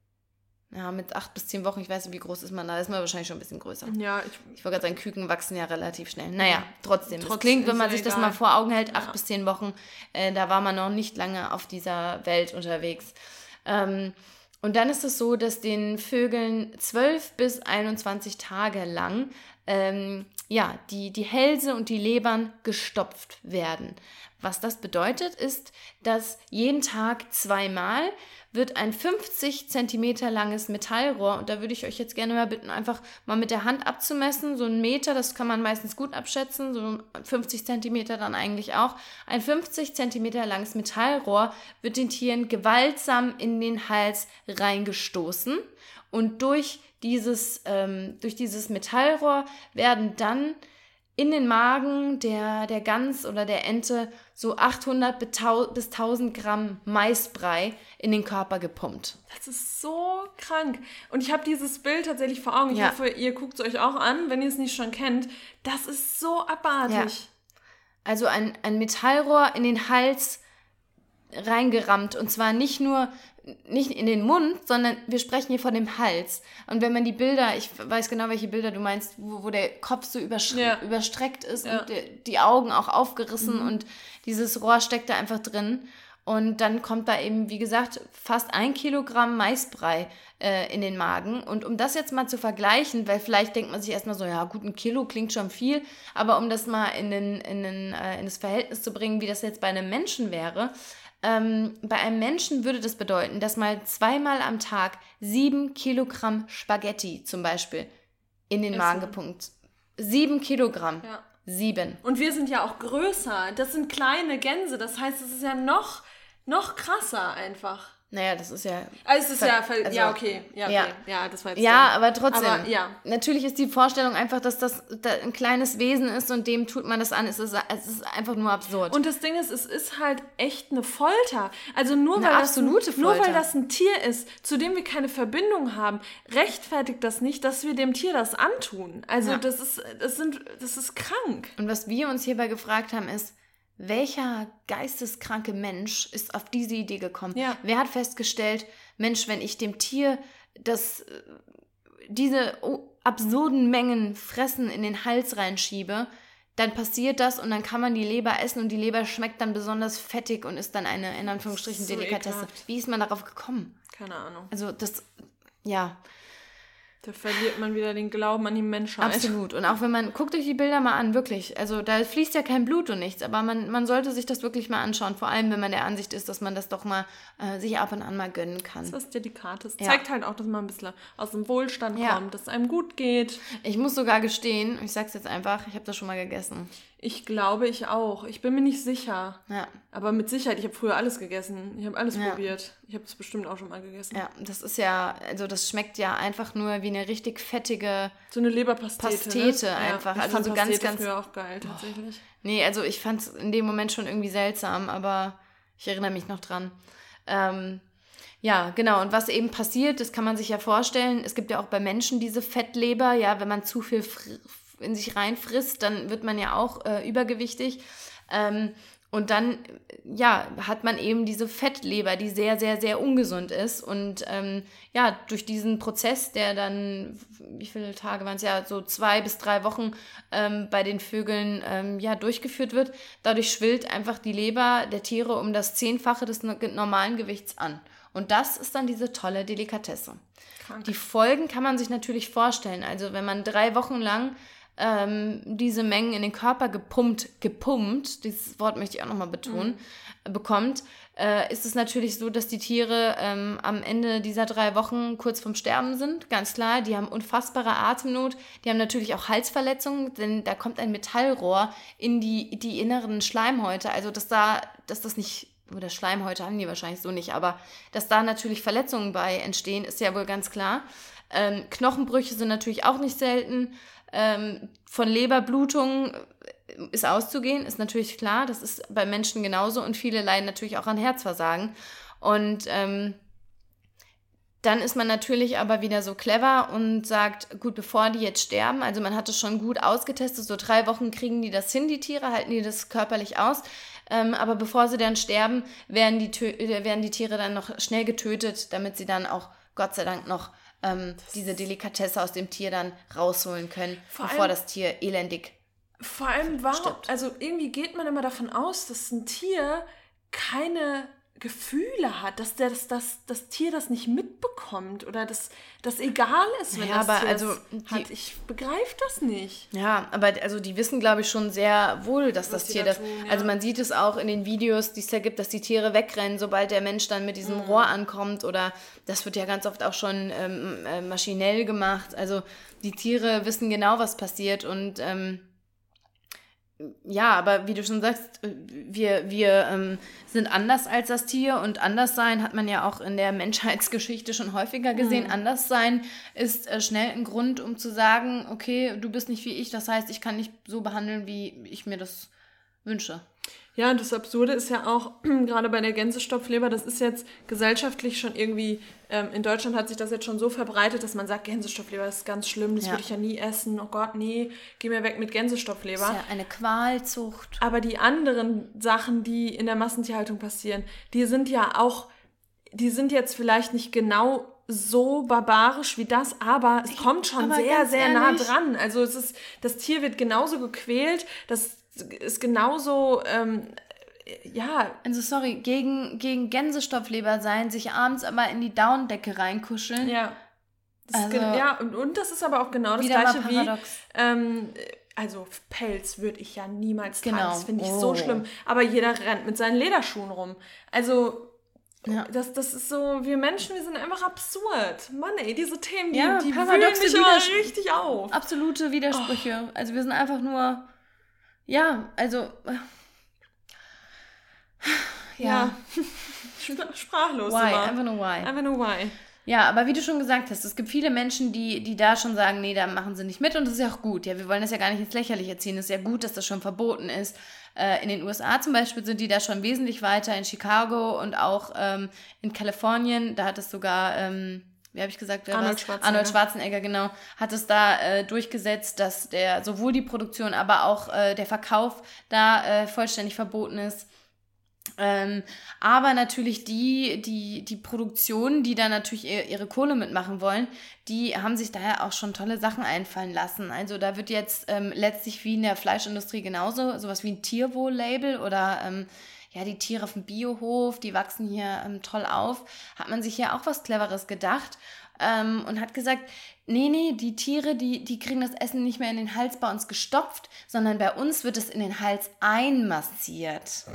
Speaker 2: ja, mit acht bis zehn Wochen, ich weiß nicht, wie groß ist man da, ist man wahrscheinlich schon ein bisschen größer.
Speaker 1: Ja, ich,
Speaker 2: Ich wollte gerade sagen, Küken wachsen ja relativ schnell. Naja, trotzdem. Es
Speaker 1: Trotzdem
Speaker 2: klingt, wenn
Speaker 1: ist
Speaker 2: man
Speaker 1: ja
Speaker 2: sich das
Speaker 1: egal.
Speaker 2: mal vor Augen hält, acht
Speaker 1: Ja.
Speaker 2: bis zehn Wochen, äh, da war man noch nicht lange auf dieser Welt unterwegs. Ähm, und dann ist es so, dass den Vögeln zwölf bis einundzwanzig Tage lang ähm, ja, die, die Hälse und die Lebern gestopft werden. Was das bedeutet, ist, dass jeden Tag zweimal wird ein fünfzig Zentimeter langes Metallrohr, und da würde ich euch jetzt gerne mal bitten, einfach mal mit der Hand abzumessen, so einen Meter, das kann man meistens gut abschätzen, so fünfzig Zentimeter dann eigentlich auch. Ein fünfzig Zentimeter langes Metallrohr wird den Tieren gewaltsam in den Hals reingestoßen, und durch dieses, ähm, durch dieses Metallrohr werden dann in den Magen der, der Gans oder der Ente so achthundert bis tausend Gramm Maisbrei in den Körper gepumpt.
Speaker 1: das ist so krank. Und ich habe dieses Bild tatsächlich vor Augen. Ich
Speaker 2: Ja.
Speaker 1: hoffe, ihr guckt es euch auch an, wenn ihr es nicht schon kennt. Das ist so abartig.
Speaker 2: Also ein, ein Metallrohr in den Hals reingerammt, und zwar nicht nur nicht in den Mund, sondern wir sprechen hier von dem Hals. Und wenn man die Bilder, ich weiß genau, welche Bilder du meinst, wo, wo der Kopf so übersch-
Speaker 1: Ja.
Speaker 2: überstreckt ist
Speaker 1: Ja.
Speaker 2: und die, die Augen auch aufgerissen,
Speaker 1: Mhm.
Speaker 2: und dieses Rohr steckt da einfach drin. Und dann kommt da eben, wie gesagt, fast ein Kilogramm Maisbrei äh, in den Magen. Und um das jetzt mal zu vergleichen, weil vielleicht denkt man sich erstmal so, ja gut, ein Kilo klingt schon viel, aber um das mal in, den, in, den, äh, in das Verhältnis zu bringen, wie das jetzt bei einem Menschen wäre, ähm, bei einem Menschen würde das bedeuten, dass mal zweimal am Tag sieben Kilogramm Spaghetti zum Beispiel in den
Speaker 1: Essen.
Speaker 2: Magen gepumpt. Sieben Kilogramm.
Speaker 1: Ja.
Speaker 2: Sieben.
Speaker 1: Und wir sind ja auch größer. Das sind kleine Gänse. Das heißt, es ist ja noch, noch krasser einfach.
Speaker 2: Naja, das ist ja...
Speaker 1: Also es ist ja, ver-
Speaker 2: also-
Speaker 1: ja, okay. Ja, okay.
Speaker 2: Ja.
Speaker 1: Ja, das war jetzt
Speaker 2: Ja,
Speaker 1: dumm.
Speaker 2: aber trotzdem.
Speaker 1: Aber ja.
Speaker 2: Natürlich ist die Vorstellung einfach, dass das da ein kleines Wesen ist und dem tut man das an. Es ist, es ist einfach nur absurd.
Speaker 1: Und das Ding ist, es ist halt echt eine Folter. Also nur,
Speaker 2: Eine
Speaker 1: weil, das ein,
Speaker 2: absolute
Speaker 1: nur
Speaker 2: Folter.
Speaker 1: weil das ein Tier ist, zu dem wir keine Verbindung haben, rechtfertigt das nicht, dass wir dem Tier das antun. Also
Speaker 2: Ja.
Speaker 1: das ist, das sind, das ist krank.
Speaker 2: Und was wir uns hierbei gefragt haben, ist, welcher geisteskranke Mensch ist auf diese Idee gekommen?
Speaker 1: Ja.
Speaker 2: Wer hat festgestellt, Mensch, wenn ich dem Tier das, äh, diese oh, absurden Mengen Fressen in den Hals reinschiebe, dann passiert das und dann kann man die Leber essen und die Leber schmeckt dann besonders fettig und ist dann eine, in Anführungsstrichen,
Speaker 1: So
Speaker 2: Delikatesse.
Speaker 1: ekelhaft.
Speaker 2: Wie ist man darauf gekommen?
Speaker 1: Keine Ahnung.
Speaker 2: Also das, ja,
Speaker 1: Da verliert man wieder den Glauben an die Menschheit.
Speaker 2: absolut. Und auch wenn man, guckt euch die Bilder mal an, wirklich. Also da fließt ja kein Blut und nichts, aber man, man sollte sich das wirklich mal anschauen. Vor allem, wenn man der Ansicht ist, dass man das doch mal äh, sich ab und an mal gönnen kann.
Speaker 1: Das ist was Delikates.
Speaker 2: Ja.
Speaker 1: Zeigt halt auch, dass man ein bisschen aus dem Wohlstand
Speaker 2: Ja.
Speaker 1: kommt, dass es einem gut geht.
Speaker 2: Ich muss sogar gestehen, ich sag's jetzt einfach, ich habe das schon mal gegessen.
Speaker 1: Ich glaube, ich auch. Ich bin mir nicht sicher.
Speaker 2: Ja,
Speaker 1: Aber mit Sicherheit, ich habe früher alles gegessen. Ich habe alles
Speaker 2: Ja.
Speaker 1: probiert. Ich habe es bestimmt auch schon mal gegessen.
Speaker 2: ja, das ist ja, also das schmeckt ja einfach nur wie eine richtig fettige,
Speaker 1: So eine Leberpastete.
Speaker 2: Pastete
Speaker 1: ne?
Speaker 2: einfach.
Speaker 1: Ja, ich
Speaker 2: Also
Speaker 1: fand
Speaker 2: so ganz,
Speaker 1: Pastete
Speaker 2: ganz-
Speaker 1: früher auch geil, tatsächlich.
Speaker 2: nee, also ich fand's in dem Moment schon irgendwie seltsam, aber ich erinnere mich noch dran. Ähm, ja, genau, und was eben passiert, das kann man sich ja vorstellen, es gibt ja auch bei Menschen diese Fettleber, ja, wenn man zu viel fr- in sich reinfrisst, dann wird man ja auch äh, übergewichtig. Ähm, und dann, ja, hat man eben diese Fettleber, die sehr, sehr, sehr ungesund ist. Und ähm, ja, durch diesen Prozess, der dann, wie viele Tage waren es ja, so zwei bis drei Wochen ähm, bei den Vögeln ähm, ja, durchgeführt wird, dadurch schwillt einfach die Leber der Tiere um das Zehnfache des no- normalen Gewichts an. Und das ist dann diese tolle Delikatesse.
Speaker 1: Krank.
Speaker 2: Die Folgen kann man sich natürlich vorstellen. Also wenn man drei Wochen lang ähm, diese Mengen in den Körper gepumpt, gepumpt, dieses Wort möchte ich auch nochmal betonen, mhm. bekommt, äh, ist es natürlich so, dass die Tiere ähm, am Ende dieser drei Wochen kurz vorm Sterben sind, ganz klar. Die haben unfassbare Atemnot, die haben natürlich auch Halsverletzungen, denn da kommt ein Metallrohr in die, die inneren Schleimhäute, also dass da, dass das nicht, oder Schleimhäute haben die wahrscheinlich so nicht, aber dass da natürlich Verletzungen bei entstehen, ist ja wohl ganz klar. Ähm, Knochenbrüche sind natürlich auch nicht selten. Ähm, von Leberblutungen ist auszugehen, ist natürlich klar, das ist bei Menschen genauso und viele leiden natürlich auch an Herzversagen. Und ähm, dann ist man natürlich aber wieder so clever und sagt, gut, bevor die jetzt sterben, also man hat es schon gut ausgetestet, so drei Wochen kriegen die das hin, die Tiere, halten die das körperlich aus, ähm, aber bevor sie dann sterben, werden die, tö- werden die Tiere dann noch schnell getötet, damit sie dann auch, Gott sei Dank, noch ähm, diese Delikatesse aus dem Tier dann rausholen können,
Speaker 1: Vor
Speaker 2: bevor
Speaker 1: allem-
Speaker 2: das Tier elendig
Speaker 1: Vor allem, warum,
Speaker 2: Stimmt.
Speaker 1: also irgendwie geht man immer davon aus, dass ein Tier keine Gefühle hat, dass der, das, das, das Tier das nicht mitbekommt oder dass das egal ist, wenn
Speaker 2: Ja,
Speaker 1: das
Speaker 2: aber
Speaker 1: Tier
Speaker 2: also
Speaker 1: das
Speaker 2: die-
Speaker 1: hat. Ich begreife das nicht.
Speaker 2: Ja, aber also die wissen, glaube ich, schon sehr wohl, dass
Speaker 1: Was
Speaker 2: das
Speaker 1: die
Speaker 2: Tier
Speaker 1: da
Speaker 2: das...
Speaker 1: tun, ja.
Speaker 2: Also man sieht es auch in den Videos, die es da gibt, dass die Tiere wegrennen, sobald der Mensch dann mit diesem
Speaker 1: Mhm.
Speaker 2: Rohr ankommt. Oder das wird ja ganz oft auch schon ähm, äh, maschinell gemacht. Also die Tiere wissen genau, was passiert. Und ähm, ja, aber wie du schon sagst, wir, wir ähm, sind anders als das Tier. Und Anderssein hat man ja auch in der Menschheitsgeschichte schon häufiger gesehen.
Speaker 1: Mhm.
Speaker 2: Anderssein ist äh, schnell ein Grund, um zu sagen, okay, du bist nicht wie ich, das heißt, ich kann dich so behandeln, wie ich mir das wünsche.
Speaker 1: Ja, und das Absurde ist ja auch, gerade bei der Gänsestopfleber, das ist jetzt gesellschaftlich schon irgendwie, ähm, in Deutschland hat sich das jetzt schon so verbreitet, dass man sagt, Gänsestopfleber ist ganz schlimm, das
Speaker 2: Ja.
Speaker 1: würde ich ja nie essen, oh Gott, nee, geh mir weg mit Gänsestopfleber.
Speaker 2: Das ist ja eine Qualzucht.
Speaker 1: Aber die anderen Sachen, die in der Massentierhaltung passieren, die sind ja auch, die sind jetzt vielleicht nicht genau so barbarisch wie das, aber es kommt schon
Speaker 2: aber
Speaker 1: sehr,
Speaker 2: ganz
Speaker 1: sehr nah
Speaker 2: ehrlich-
Speaker 1: dran. Also es ist, das Tier wird genauso gequält, das ist genauso, ähm, ja,
Speaker 2: Also sorry, gegen, gegen Gänsestopfleber sein, sich abends aber in die Daunendecke reinkuscheln.
Speaker 1: ja. Das ist
Speaker 2: Also-
Speaker 1: gen- ja, und, und das ist aber auch genau das
Speaker 2: Wieder mal
Speaker 1: Gleiche wie,
Speaker 2: paradox.
Speaker 1: ähm, also Pelz würde ich ja niemals tragen,
Speaker 2: Genau.
Speaker 1: das finde ich
Speaker 2: Oh.
Speaker 1: so schlimm. Aber jeder rennt mit seinen Lederschuhen rum. Also
Speaker 2: Ja.
Speaker 1: das, das ist so, wir Menschen, wir sind einfach absurd. Mann ey, diese Themen, die,
Speaker 2: Ja,
Speaker 1: die wühlen
Speaker 2: paradoxe
Speaker 1: mich immer
Speaker 2: Widerspr-
Speaker 1: richtig auf.
Speaker 2: Absolute Widersprüche. Also wir sind einfach nur, ja, also, äh,
Speaker 1: Ja. Spr- Sprachlos
Speaker 2: why,
Speaker 1: immer.
Speaker 2: einfach nur why.
Speaker 1: Einfach nur why.
Speaker 2: Ja, aber wie du schon gesagt hast, es gibt viele Menschen, die, die da schon sagen, nee, da machen sie nicht mit und das ist ja auch gut. Ja, wir wollen das ja gar nicht ins Lächerliche ziehen. Es ist ja gut, dass das schon verboten ist. Äh, in den U S A zum Beispiel sind die da schon wesentlich weiter, in Chicago und auch ähm, in Kalifornien. Da hat es sogar, ähm, wie habe ich gesagt, wer
Speaker 1: Arnold
Speaker 2: war's?
Speaker 1: Schwarzenegger.
Speaker 2: Arnold Schwarzenegger, genau, hat es da äh, durchgesetzt, dass der sowohl die Produktion, aber auch äh, der Verkauf da äh, vollständig verboten ist. Ähm, aber natürlich die, die, die Produktionen, die da natürlich ihre, ihre Kohle mitmachen wollen, die haben sich daher auch schon tolle Sachen einfallen lassen. Also da wird jetzt ähm, letztlich wie in der Fleischindustrie genauso, sowas wie ein Tierwohl-Label oder ähm, ja, die Tiere auf dem Biohof, die wachsen hier ähm, toll auf, hat man sich ja auch was Cleveres gedacht ähm, und hat gesagt, nee, nee, die Tiere, die, die kriegen das Essen nicht mehr in den Hals bei uns gestopft, sondern bei uns wird es in den Hals einmassiert.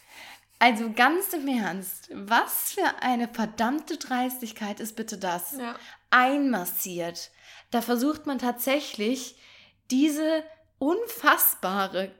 Speaker 2: Also ganz im Ernst, was für eine verdammte Dreistigkeit ist bitte das?
Speaker 1: Ja.
Speaker 2: Einmassiert. Da versucht man tatsächlich diese unfassbare,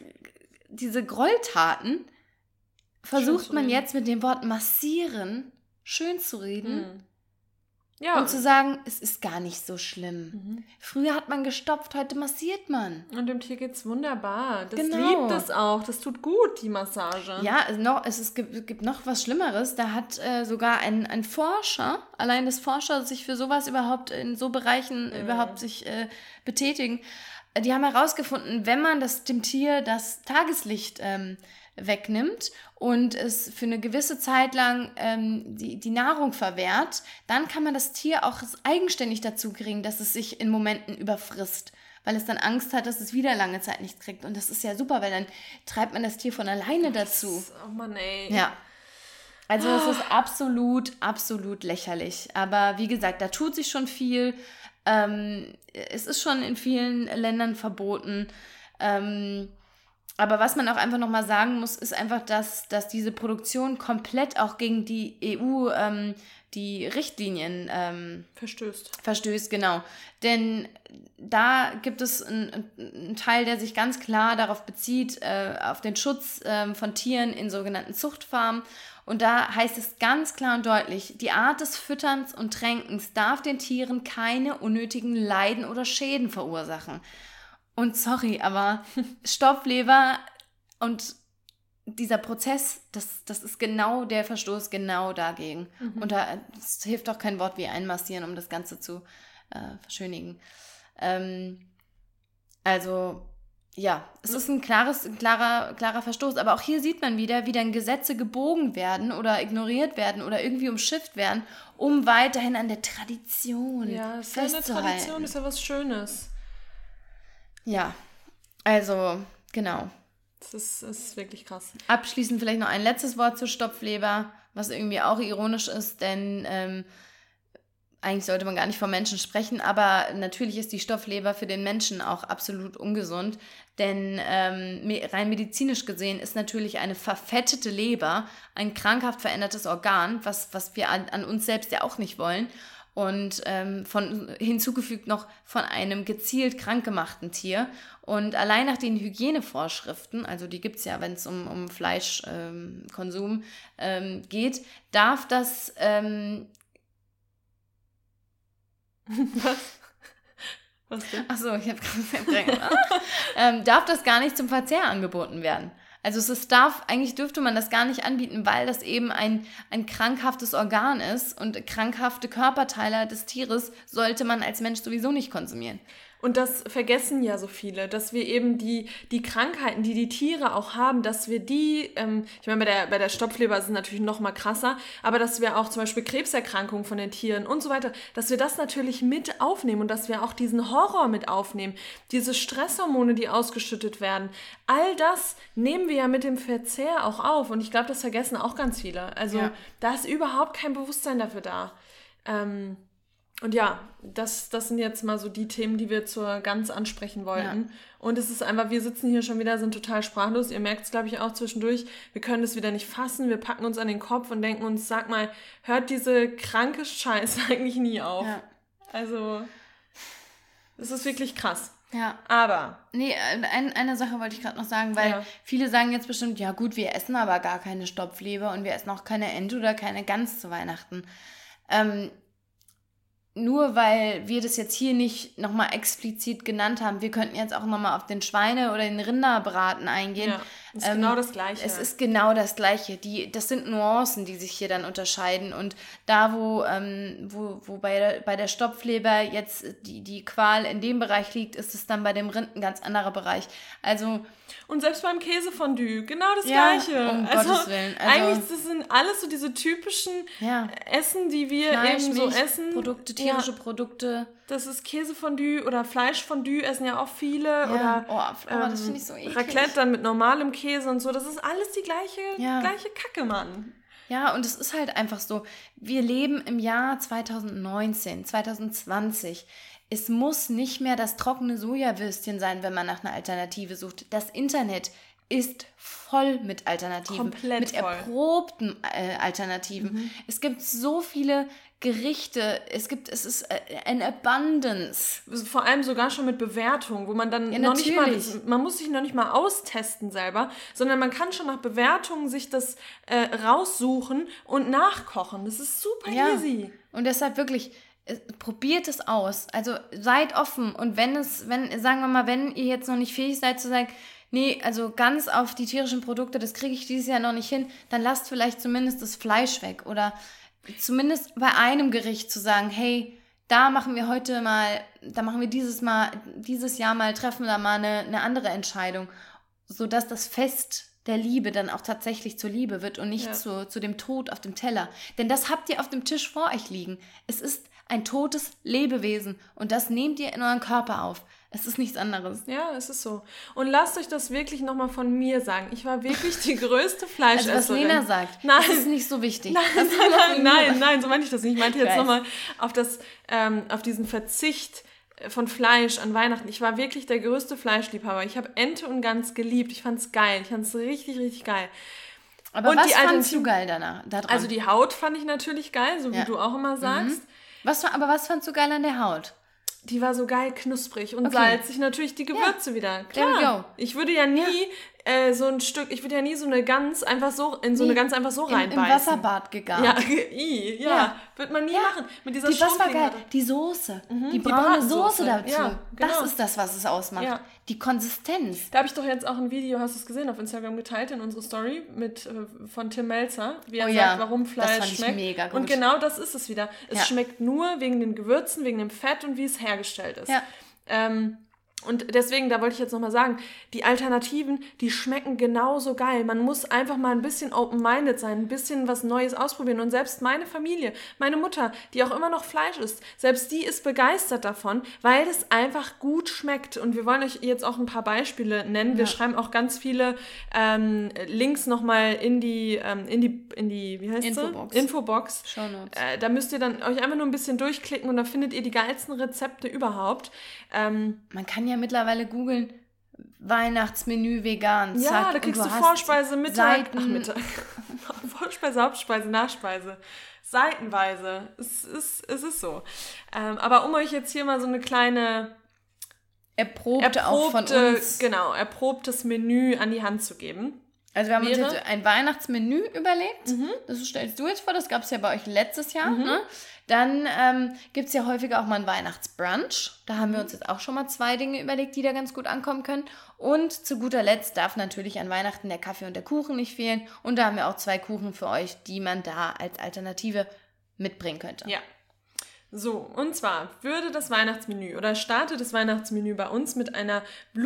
Speaker 2: diese Gräueltaten, versucht
Speaker 1: zu
Speaker 2: man
Speaker 1: reden.
Speaker 2: jetzt mit dem Wort massieren schön zu reden.
Speaker 1: Mhm. Ja.
Speaker 2: Und zu sagen, es ist gar nicht so schlimm.
Speaker 1: Mhm.
Speaker 2: Früher hat man gestopft, heute massiert man.
Speaker 1: Und dem Tier geht's wunderbar. Das
Speaker 2: Genau.
Speaker 1: liebt es auch. Das tut gut, die Massage.
Speaker 2: Ja, es, noch, es, ist, gibt, gibt noch was Schlimmeres. Da hat äh, sogar ein, ein Forscher, allein das Forscher sich für sowas überhaupt in so Bereichen
Speaker 1: Mhm.
Speaker 2: überhaupt sich äh, betätigen, äh, die haben herausgefunden, wenn man das, dem Tier das Tageslicht ähm, wegnimmt und es für eine gewisse Zeit lang ähm, die, die Nahrung verwehrt, dann kann man das Tier auch eigenständig dazu kriegen, dass es sich in Momenten überfrisst, weil es dann Angst hat, dass es wieder lange Zeit nichts kriegt. Und das ist ja super, weil dann treibt man das Tier von alleine dazu.
Speaker 1: Oh Mann, ey.
Speaker 2: Ja. Also es ist absolut, absolut lächerlich. Aber wie gesagt, da tut sich schon viel. Ähm, es ist schon in vielen Ländern verboten. Ähm, aber was man auch einfach nochmal sagen muss, ist einfach, dass, dass diese Produktion komplett auch gegen die E U, ähm, die Richtlinien ähm,
Speaker 1: verstößt.
Speaker 2: Verstößt, genau. Denn da gibt es einen, einen Teil, der sich ganz klar darauf bezieht, äh, auf den Schutz äh, von Tieren in sogenannten Zuchtfarmen. Und da heißt es ganz klar und deutlich, die Art des Fütterns und Tränkens darf den Tieren keine unnötigen Leiden oder Schäden verursachen. Und sorry, aber Stopfleber und dieser Prozess, das, das ist genau der Verstoß genau dagegen. Mhm. Und da es hilft auch kein Wort wie einmassieren, um das Ganze zu äh, verschönigen. Ähm, also, ja, es ist ein klares, ein klarer, klarer Verstoß. Aber auch hier sieht man wieder, wie dann Gesetze gebogen werden oder ignoriert werden oder irgendwie umschifft werden, um weiterhin an der Tradition
Speaker 1: ja, das
Speaker 2: festzuhalten.
Speaker 1: Ja, eine Tradition ist ja was Schönes.
Speaker 2: Ja, also, genau.
Speaker 1: Das ist, das ist wirklich krass.
Speaker 2: Abschließend vielleicht noch ein letztes Wort zur Stopfleber, was irgendwie auch ironisch ist, denn ähm, eigentlich sollte man gar nicht vom Menschen sprechen, aber natürlich ist die Stopfleber für den Menschen auch absolut ungesund, denn ähm, rein medizinisch gesehen ist natürlich eine verfettete Leber ein krankhaft verändertes Organ, was, was wir an, an uns selbst ja auch nicht wollen. Und ähm, von, hinzugefügt noch von einem gezielt krank gemachten Tier. Und allein nach den Hygienevorschriften, also die gibt es ja, wenn es um, um Fleischkonsum ähm, ähm, geht, darf das... Ähm,
Speaker 1: Was? Was denn?
Speaker 2: Achso, ich habe gerade ähm, darf das gar nicht zum Verzehr angeboten werden. Also es ist, darf, eigentlich dürfte man das gar nicht anbieten, weil das eben ein, ein krankhaftes Organ ist und krankhafte Körperteile des Tieres sollte man als Mensch sowieso nicht konsumieren.
Speaker 1: Und das vergessen ja so viele, dass wir eben die, die Krankheiten, die die Tiere auch haben, dass wir die, ähm, ich meine, bei der, bei der Stopfleber ist es natürlich noch mal krasser, aber dass wir auch zum Beispiel Krebserkrankungen von den Tieren und so weiter, dass wir das natürlich mit aufnehmen und dass wir auch diesen Horror mit aufnehmen, diese Stresshormone, die ausgeschüttet werden, all das nehmen wir ja mit dem Verzehr auch auf und ich glaube, das vergessen auch ganz viele. Also ja. Da ist überhaupt kein Bewusstsein dafür da. Ähm, Und ja, das, das sind jetzt mal so die Themen, die wir zur Gans ansprechen wollten. Ja. Und es ist einfach, wir sitzen hier schon wieder, sind total sprachlos. Ihr merkt es, glaube ich, auch zwischendurch. Wir können das wieder nicht fassen. Wir packen uns an den Kopf und denken uns, sag mal, hört diese kranke Scheiße eigentlich nie auf. Ja. Also, das ist wirklich krass.
Speaker 2: Ja.
Speaker 1: Aber.
Speaker 2: Nee, ein, eine Sache wollte ich gerade noch sagen, weil ja. viele sagen jetzt bestimmt, ja gut, wir essen aber gar keine Stopfleber und wir essen auch keine Ente oder keine Gans zu Weihnachten. Ähm, Nur weil wir das jetzt hier nicht nochmal explizit genannt haben, wir könnten jetzt auch nochmal auf den Schweine- oder den Rinderbraten eingehen.
Speaker 1: Ja, das ist ähm, genau das Gleiche.
Speaker 2: Es ist genau das Gleiche. Die, das sind Nuancen, die sich hier dann unterscheiden. Und da, wo, ähm, wo, wo bei, der, bei der Stopfleber jetzt die, die Qual in dem Bereich liegt, ist es dann bei dem Rind ein ganz anderer Bereich. Also...
Speaker 1: Und selbst beim Käsefondue, genau das
Speaker 2: ja,
Speaker 1: Gleiche.
Speaker 2: Um
Speaker 1: also,
Speaker 2: Gottes Willen. Also,
Speaker 1: eigentlich das sind alles so diese typischen
Speaker 2: ja.
Speaker 1: Essen, die wir
Speaker 2: Fleisch,
Speaker 1: eben so
Speaker 2: Milch,
Speaker 1: essen.
Speaker 2: Produkte, tierische ja. Produkte.
Speaker 1: Das ist Käsefondue oder Fleischfondue essen ja auch viele.
Speaker 2: Ja.
Speaker 1: Oder
Speaker 2: oh, oh, ähm, das finde ich so eklig.
Speaker 1: Raclette dann mit normalem Käse und so. Das ist alles die gleiche,
Speaker 2: ja.
Speaker 1: gleiche Kacke, Mann.
Speaker 2: Ja, und es ist halt einfach so, wir leben im Jahr zwanzig neunzehn, zwanzig zwanzig. Es muss nicht mehr das trockene Sojawürstchen sein, wenn man nach einer Alternative sucht. Das Internet ist voll mit Alternativen,
Speaker 1: Komplett
Speaker 2: mit
Speaker 1: voll.
Speaker 2: erprobten äh, Alternativen. Mhm. Es gibt so viele Gerichte, es gibt, es ist äh, an abundance.
Speaker 1: Vor allem sogar schon mit Bewertung, wo man dann ja, noch nicht mal, man muss sich noch nicht mal austesten selber, sondern man kann schon nach Bewertungen sich das äh, raussuchen und nachkochen. Das ist super
Speaker 2: ja.
Speaker 1: easy.
Speaker 2: Und deshalb wirklich, probiert es aus. Also seid offen und wenn es, wenn, sagen wir mal, wenn ihr jetzt noch nicht fähig seid zu sagen, nee, also ganz auf die tierischen Produkte, das kriege ich dieses Jahr noch nicht hin, dann lasst vielleicht zumindest das Fleisch weg oder zumindest bei einem Gericht zu sagen, hey, da machen wir heute mal, da machen wir dieses Mal, dieses Jahr mal, treffen wir da mal eine, eine andere Entscheidung, sodass das Fest der Liebe dann auch tatsächlich zur Liebe wird und nicht ja. zu, zu dem Tod auf dem Teller. Denn das habt ihr auf dem Tisch vor euch liegen. Es ist ein totes Lebewesen und das nehmt ihr in euren Körper auf. Es ist nichts anderes.
Speaker 1: Ja, es ist so. Und lasst euch das wirklich nochmal von mir sagen. Ich war wirklich die größte Fleischesserin.
Speaker 2: Also was Lena sagt,
Speaker 1: nein.
Speaker 2: das ist nicht so wichtig.
Speaker 1: Nein,
Speaker 2: das
Speaker 1: nein, nein, nein, nein, so meinte ich das nicht. Ich meinte jetzt nochmal auf, das, ähm, auf diesen Verzicht von Fleisch an Weihnachten. Ich war wirklich der größte Fleischliebhaber. Ich habe Ente und Gans geliebt. Ich fand es geil. Ich fand es richtig, richtig geil.
Speaker 2: Aber und was fandst du geil danach? Da dran?
Speaker 1: Also die Haut fand ich natürlich geil, so wie ja. du auch immer sagst. Mhm.
Speaker 2: Was, aber was fandst du geil an der Haut?
Speaker 1: Die war so geil knusprig und okay. salzig. Natürlich die Gewürze ja. wieder. Klar.
Speaker 2: There we go.
Speaker 1: Ich würde ja nie ja. Äh, so ein Stück, ich würde ja nie so eine Gans einfach so, in so nee. eine Gans einfach so reinbeißen.
Speaker 2: Im, im Wasserbad gegart.
Speaker 1: Ja, I, ja. ja. Wird man nie ja. machen. Mit dieser
Speaker 2: die, was war geil? Die Soße. Mhm. Die braune die Soße dazu. Ja, genau. Das ist das, was es ausmacht. Ja. Die Konsistenz.
Speaker 1: Da habe ich doch jetzt auch ein Video, hast du es gesehen, auf Instagram geteilt in unsere Story mit, äh, von Tim Melzer, wie er
Speaker 2: oh,
Speaker 1: sagt,
Speaker 2: ja.
Speaker 1: warum Fleisch
Speaker 2: das fand
Speaker 1: schmeckt.
Speaker 2: Ich mega gut.
Speaker 1: Und genau das ist es wieder. Es
Speaker 2: ja.
Speaker 1: schmeckt nur wegen den Gewürzen, wegen dem Fett und wie es hergestellt ist.
Speaker 2: Ja.
Speaker 1: Ähm, und deswegen, da wollte ich jetzt nochmal sagen, die Alternativen, die schmecken genauso geil. Man muss einfach mal ein bisschen open-minded sein, ein bisschen was Neues ausprobieren. Und selbst meine Familie, meine Mutter, die auch immer noch Fleisch isst, selbst die ist begeistert davon, weil es einfach gut schmeckt. Und wir wollen euch jetzt auch ein paar Beispiele nennen. Wir ja. schreiben auch ganz viele ähm, Links nochmal in die, ähm, in die, in die, wie heißt
Speaker 2: Infobox.
Speaker 1: sie? Infobox.
Speaker 2: Shownotes.
Speaker 1: Äh, da müsst ihr dann euch einfach nur ein bisschen durchklicken und da findet ihr die geilsten Rezepte überhaupt. Ähm,
Speaker 2: Man kann ja mittlerweile googeln, Weihnachtsmenü vegan. Zack,
Speaker 1: ja, da kriegst du, du Vorspeise, Mittag,
Speaker 2: Seiten.
Speaker 1: ach Mittag. Vorspeise, Hauptspeise, Nachspeise. Seitenweise. Es ist, es ist so. Ähm, aber um euch jetzt hier mal so eine kleine
Speaker 2: erprobte, erprobte auch von uns.
Speaker 1: Genau, erprobtes Menü an die Hand zu geben.
Speaker 2: Also wir haben wäre, uns jetzt ein Weihnachtsmenü überlegt. Mhm. Das stellst du jetzt vor, das gab es ja bei euch letztes Jahr. Mhm. Ne? Dann ähm, gibt es ja häufiger auch mal einen Weihnachtsbrunch. Da haben wir uns jetzt auch schon mal zwei Dinge überlegt, die da ganz gut ankommen können. Und zu guter Letzt darf natürlich an Weihnachten der Kaffee und der Kuchen nicht fehlen. Und da haben wir auch zwei Kuchen für euch, die man da als Alternative mitbringen könnte.
Speaker 1: Ja. So, und zwar würde das Weihnachtsmenü oder startet das Weihnachtsmenü bei uns mit einer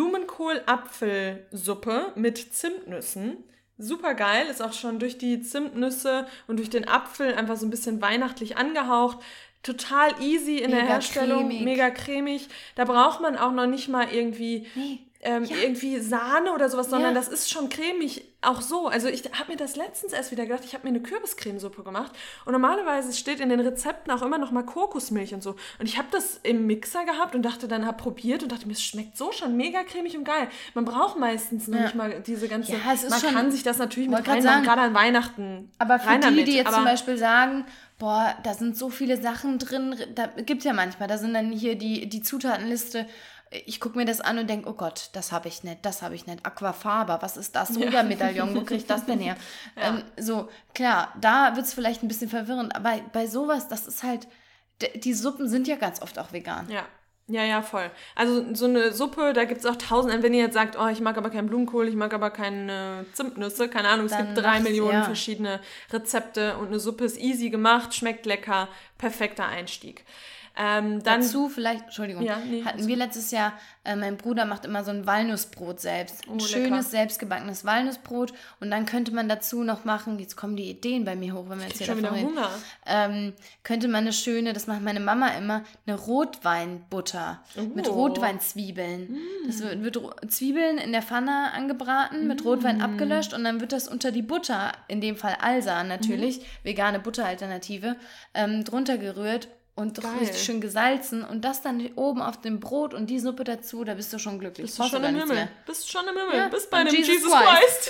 Speaker 1: Blumenkohl-Apfelsuppe mit Zimtnüssen. Super geil, ist auch schon durch die Zimtnüsse und durch den Apfel einfach so ein bisschen weihnachtlich angehaucht. Total easy in mega der Herstellung, cremig. mega cremig. Da braucht man auch noch nicht mal irgendwie...
Speaker 2: Nee.
Speaker 1: Ähm,
Speaker 2: ja.
Speaker 1: irgendwie Sahne oder sowas, sondern
Speaker 2: ja.
Speaker 1: das ist schon cremig, auch so. Also ich habe mir das letztens erst wieder gedacht, ich habe mir eine Kürbiscremesuppe gemacht und normalerweise steht in den Rezepten auch immer noch mal Kokosmilch und so. Und ich habe das im Mixer gehabt und dachte dann, habe probiert und dachte mir, es schmeckt so schon mega cremig und geil. Man braucht meistens noch
Speaker 2: ja.
Speaker 1: nicht mal diese ganze...
Speaker 2: Ja, es ist
Speaker 1: man
Speaker 2: schon,
Speaker 1: kann sich das natürlich mit reinmachen, gerade an Weihnachten.
Speaker 2: Aber für die,
Speaker 1: damit.
Speaker 2: die jetzt
Speaker 1: aber
Speaker 2: zum Beispiel sagen, boah, da sind so viele Sachen drin, da gibt es ja manchmal, da sind dann hier die, die Zutatenliste. Ich gucke mir das an und denke, oh Gott, das habe ich nicht, das habe ich nicht. Aquafaba, was ist das? Soda-Medaillon, wo kriege ich das denn her? Ja. Ähm, so, klar, da wird es vielleicht ein bisschen verwirrend, aber bei sowas, das ist halt, die Suppen sind ja ganz oft auch vegan.
Speaker 1: Ja, ja, ja, voll. Also so eine Suppe, da gibt es auch tausend, wenn ihr jetzt sagt, oh, ich mag aber keinen Blumenkohl, ich mag aber keine Zimtnüsse, keine Ahnung, es
Speaker 2: Dann
Speaker 1: gibt drei Millionen
Speaker 2: ja.
Speaker 1: verschiedene Rezepte und eine Suppe ist easy gemacht, schmeckt lecker, perfekter Einstieg. Ähm, dann,
Speaker 2: Dazu vielleicht, Entschuldigung,
Speaker 1: ja, nee,
Speaker 2: hatten wir letztes Jahr, äh, mein Bruder macht immer so ein Walnussbrot selbst. Ein
Speaker 1: oh,
Speaker 2: schönes,
Speaker 1: lecker.
Speaker 2: selbstgebackenes Walnussbrot. Und dann könnte man dazu noch machen, jetzt kommen die Ideen bei mir hoch, wenn wir jetzt hier
Speaker 1: schon
Speaker 2: davon
Speaker 1: wieder
Speaker 2: reden.
Speaker 1: Hunger.
Speaker 2: Ähm, könnte man eine schöne, das macht meine Mama immer, eine Rotweinbutter
Speaker 1: oh.
Speaker 2: mit Rotweinzwiebeln. Mm. Das wird, wird Zwiebeln in der Pfanne angebraten, mit
Speaker 1: mm.
Speaker 2: Rotwein abgelöscht und dann wird das unter die Butter, in dem Fall Alsan natürlich, mm. vegane Butteralternative, ähm, drunter gerührt. Und
Speaker 1: Geil.
Speaker 2: richtig schön gesalzen und das dann oben auf dem Brot und die Suppe dazu, da bist du schon glücklich.
Speaker 1: Bist du schon im Himmel. Bist schon im Himmel.
Speaker 2: Ja,
Speaker 1: bist bei dem
Speaker 2: Jesus,
Speaker 1: Jesus
Speaker 2: Christ.
Speaker 1: Christ.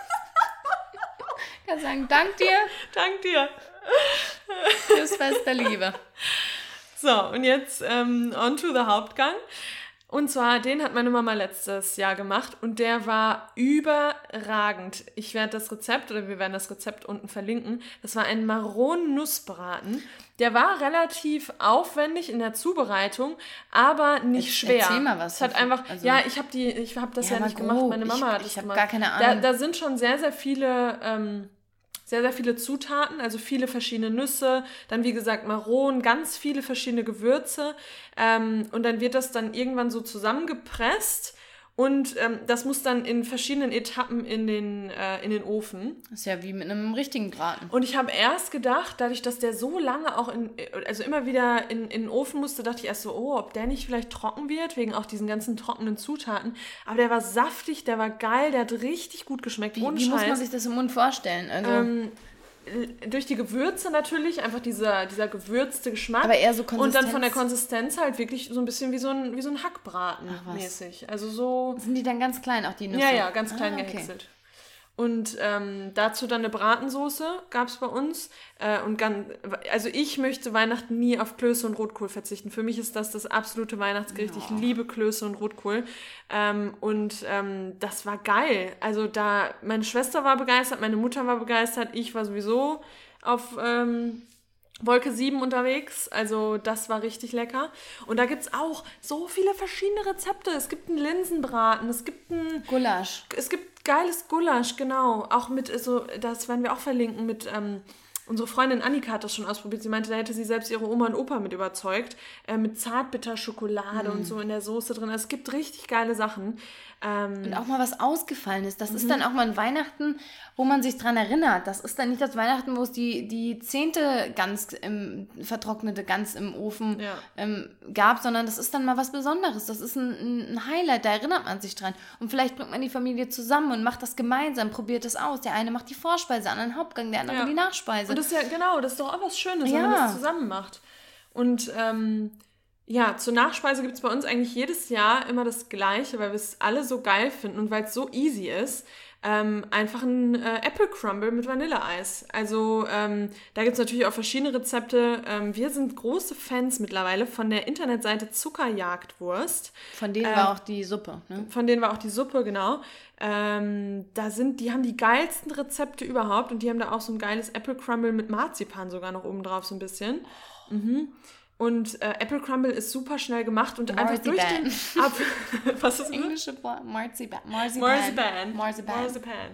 Speaker 2: Ich kann sagen, dank dir.
Speaker 1: Dank dir.
Speaker 2: Fürs Fest der Liebe.
Speaker 1: So, und jetzt ähm, on to the Hauptgang. Und zwar, den hat meine Mama letztes Jahr gemacht und der war überragend. Ich werde das Rezept, oder wir werden das Rezept unten verlinken. Das war ein Maronen-Nussbraten. Der war relativ aufwendig in der Zubereitung, aber nicht
Speaker 2: Jetzt
Speaker 1: schwer.
Speaker 2: Erzähl mal was.
Speaker 1: Es hat einfach, also, ja, ich habe die, ich habe das ja, ja nicht grob. gemacht, meine Mama
Speaker 2: ich,
Speaker 1: hat es
Speaker 2: ich
Speaker 1: gemacht.
Speaker 2: Ich habe gar keine Ahnung.
Speaker 1: Da, da sind schon sehr, sehr viele... Ähm, Sehr, sehr viele Zutaten, also viele verschiedene Nüsse, dann wie gesagt Maronen, ganz viele verschiedene Gewürze ähm, und dann wird das dann irgendwann so zusammengepresst Und ähm, das muss dann in verschiedenen Etappen in den, äh, in den Ofen.
Speaker 2: Das ist ja wie mit einem richtigen Braten.
Speaker 1: Und ich habe erst gedacht, dadurch, dass der so lange auch in, also immer wieder in, in den Ofen musste, dachte ich erst so, oh, ob der nicht vielleicht trocken wird, wegen auch diesen ganzen trockenen Zutaten. Aber der war saftig, der war geil, der hat richtig gut geschmeckt.
Speaker 2: Wie, wie muss man sich das im Mund vorstellen? Also
Speaker 1: ähm, durch die Gewürze natürlich, einfach dieser, dieser gewürzte Geschmack.
Speaker 2: Aber eher so Konsistenz.
Speaker 1: Und dann von der Konsistenz halt wirklich so ein bisschen wie so ein, wie so ein Hackbraten mäßig. Also so...
Speaker 2: Sind die dann ganz klein, auch die Nüsse?
Speaker 1: Ja, ja, ganz klein
Speaker 2: ah, okay.
Speaker 1: gehäckselt. Und ähm, dazu dann eine Bratensoße gab es bei uns. Äh, und ganz, also ich möchte Weihnachten nie auf Klöße und Rotkohl verzichten. Für mich ist das das absolute Weihnachtsgericht. Ja. Ich liebe Klöße und Rotkohl. Ähm, und ähm, das war geil. Also da, meine Schwester war begeistert, meine Mutter war begeistert, ich war sowieso auf... Ähm, Wolke sieben unterwegs, also das war richtig lecker. Und da gibt es auch so viele verschiedene Rezepte. Es gibt einen Linsenbraten, es gibt ein...
Speaker 2: Gulasch.
Speaker 1: Es gibt geiles Gulasch, genau. Auch mit, so, das werden wir auch verlinken, mit... Ähm, unsere Freundin Annika hat das schon ausprobiert. Sie meinte, da hätte sie selbst ihre Oma und Opa mit überzeugt. Äh, mit Zartbitterschokolade mm. und so in der Soße drin. Also es gibt richtig geile Sachen. Ähm,
Speaker 2: und auch mal was ausgefallen ist. Das mhm. ist dann auch mal ein Weihnachten, wo man sich dran erinnert. Das ist dann nicht das Weihnachten, wo es die, die zehnte Gans im, vertrocknete Gans im Ofen ja. ähm, gab, sondern das ist dann mal was Besonderes. Das ist ein, ein Highlight, da erinnert man sich dran. Und vielleicht bringt man die Familie zusammen und macht das gemeinsam, probiert das aus. Der eine macht die Vorspeise, der andere den Hauptgang, der andere ja. die Nachspeise.
Speaker 1: Und das ist ja, genau, das ist doch auch was Schönes, ja. wenn man das zusammen macht. Und, ähm, ja, zur Nachspeise gibt es bei uns eigentlich jedes Jahr immer das Gleiche, weil wir es alle so geil finden und weil es so easy ist. Ähm, einfach ein äh, Apple Crumble mit Vanilleeis. Also ähm, da gibt es natürlich auch verschiedene Rezepte. Ähm, wir sind große Fans mittlerweile von der Internetseite Zuckerjagdwurst.
Speaker 2: Von denen ähm, war auch die Suppe, ne?
Speaker 1: Von denen war auch die Suppe, genau. Ähm, da sind, die haben die geilsten Rezepte überhaupt und die haben da auch so ein geiles Apple Crumble mit Marzipan sogar noch oben drauf so ein bisschen. Mhm. Und äh, Apple Crumble ist super schnell gemacht und Marzipan. einfach durch den Apfel... Was ist das?
Speaker 2: Englische Wort. Marzipan.
Speaker 1: Marzipan. Marzipan. Marzipan. Marzipan.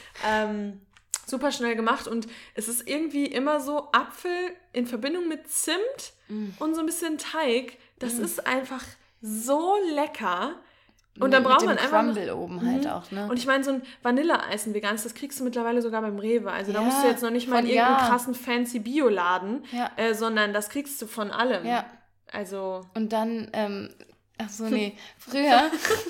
Speaker 1: Ähm, super schnell gemacht und es ist irgendwie immer so Apfel in Verbindung mit Zimt mm. und so ein bisschen Teig. Das mm. ist einfach so lecker. Und dann braucht man einfach
Speaker 2: Crumble noch, oben halt auch, ne?
Speaker 1: Und ich meine, so ein Vanilleeis, ein veganes, das kriegst du mittlerweile sogar beim Rewe. Also ja, da musst du jetzt noch nicht mal in irgendeinem ja. krassen fancy Bioladen, ja. äh, sondern das kriegst du von allem.
Speaker 2: Ja.
Speaker 1: Also.
Speaker 2: Und dann, ähm, ach so, nee, früher,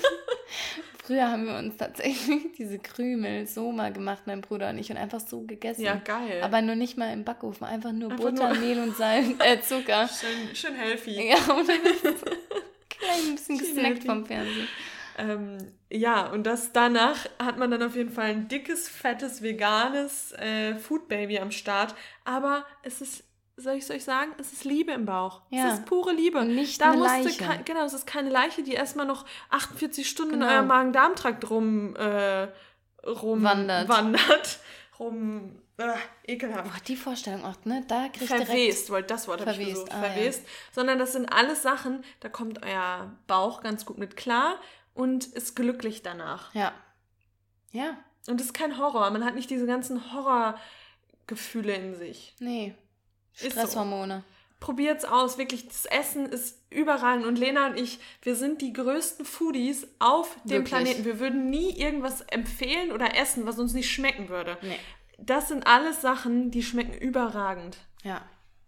Speaker 2: früher haben wir uns tatsächlich diese Krümel so mal gemacht, mein Bruder und ich, und einfach so gegessen.
Speaker 1: Ja, geil.
Speaker 2: Aber nur nicht mal im Backofen, einfach nur einfach Butter, nur Mehl und Salz, äh, Zucker.
Speaker 1: Schön, schön healthy.
Speaker 2: Ja, und dann ist so klein ein bisschen gesnackt vom Fernsehen.
Speaker 1: Ähm, ja, und das danach hat man dann auf jeden Fall ein dickes, fettes, veganes äh, Food Baby am Start. Aber es ist, soll ich es euch sagen, es ist Liebe im Bauch. Ja. Es ist pure Liebe.
Speaker 2: Und nicht
Speaker 1: da
Speaker 2: eine Leiche.
Speaker 1: Ke- genau, es ist keine Leiche, die erstmal noch achtundvierzig Stunden genau. in eurem Magen-Darm-Trakt rum, äh, rum
Speaker 2: wandert.
Speaker 1: wandert. Rum, äh, ekelhaft.
Speaker 2: Oh, die Vorstellung auch, ne? Da kriegt ihr
Speaker 1: Verwest, weil das Wort habe ich versucht. Ah, Verwest. Ja. Sondern das sind alles Sachen, da kommt euer Bauch ganz gut mit klar und ist glücklich danach.
Speaker 2: Ja. Ja.
Speaker 1: Und es ist kein Horror. Man hat nicht diese ganzen Horrorgefühle in sich.
Speaker 2: Nee. Stresshormone.
Speaker 1: So. Probiert's aus. Wirklich, das Essen ist überragend. Und Lena und ich, wir sind die größten Foodies auf dem Wirklich? Planeten. Wir würden nie irgendwas empfehlen oder essen, was uns nicht schmecken würde.
Speaker 2: Nee.
Speaker 1: Das sind alles Sachen, die schmecken überragend.
Speaker 2: Ja.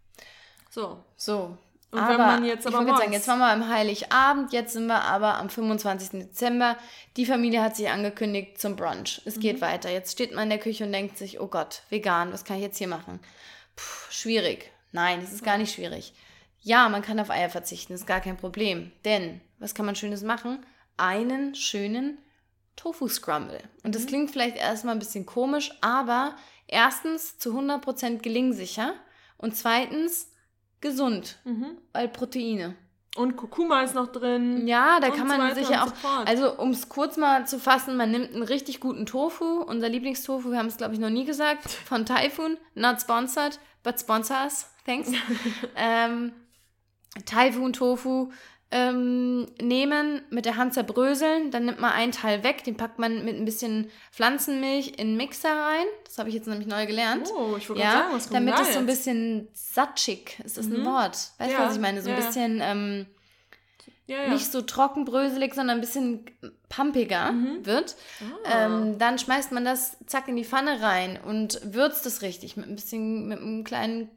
Speaker 1: So.
Speaker 2: So.
Speaker 1: Und
Speaker 2: aber
Speaker 1: wenn man jetzt aber
Speaker 2: ich würde sagen, jetzt waren wir am Heiligabend, jetzt sind wir aber am fünfundzwanzigsten Dezember. Die Familie hat sich angekündigt zum Brunch. Es geht mhm. weiter. Jetzt steht man in der Küche und denkt sich, oh Gott, vegan, was kann ich jetzt hier machen? Puh, schwierig. Nein, es ist gar nicht schwierig. Ja, man kann auf Eier verzichten, ist gar kein Problem. Denn, was kann man Schönes machen? Einen schönen Tofu-Scrumble. Und das mhm. klingt vielleicht erstmal ein bisschen komisch, aber erstens zu hundert Prozent gelingsicher und zweitens gesund, mhm. weil Proteine.
Speaker 1: Und Kurkuma ist noch drin.
Speaker 2: Ja, da kann man sich ja auch, so also um es kurz mal zu fassen, man nimmt einen richtig guten Tofu, unser Lieblingstofu, wir haben es glaube ich noch nie gesagt, von Typhoon, not sponsored, but sponsor us, thanks. ähm, Typhoon Tofu ähm, nehmen, mit der Hand zerbröseln, dann nimmt man einen Teil weg, den packt man mit ein bisschen Pflanzenmilch in einen Mixer rein, das habe ich jetzt nämlich neu gelernt.
Speaker 1: Oh, ich wollte
Speaker 2: ja,
Speaker 1: sagen, was kommt
Speaker 2: damit
Speaker 1: da
Speaker 2: es so ein
Speaker 1: jetzt?
Speaker 2: bisschen satschig, ist das mhm. ein Wort? Weißt du,
Speaker 1: ja.
Speaker 2: was ich meine? So ein
Speaker 1: ja.
Speaker 2: bisschen ähm,
Speaker 1: ja, ja.
Speaker 2: nicht so trocken bröselig, sondern ein bisschen pumpiger
Speaker 1: Mhm.
Speaker 2: wird,
Speaker 1: Ah.
Speaker 2: ähm, dann schmeißt man das zack in die Pfanne rein und würzt es richtig mit ein bisschen, mit einem kleinen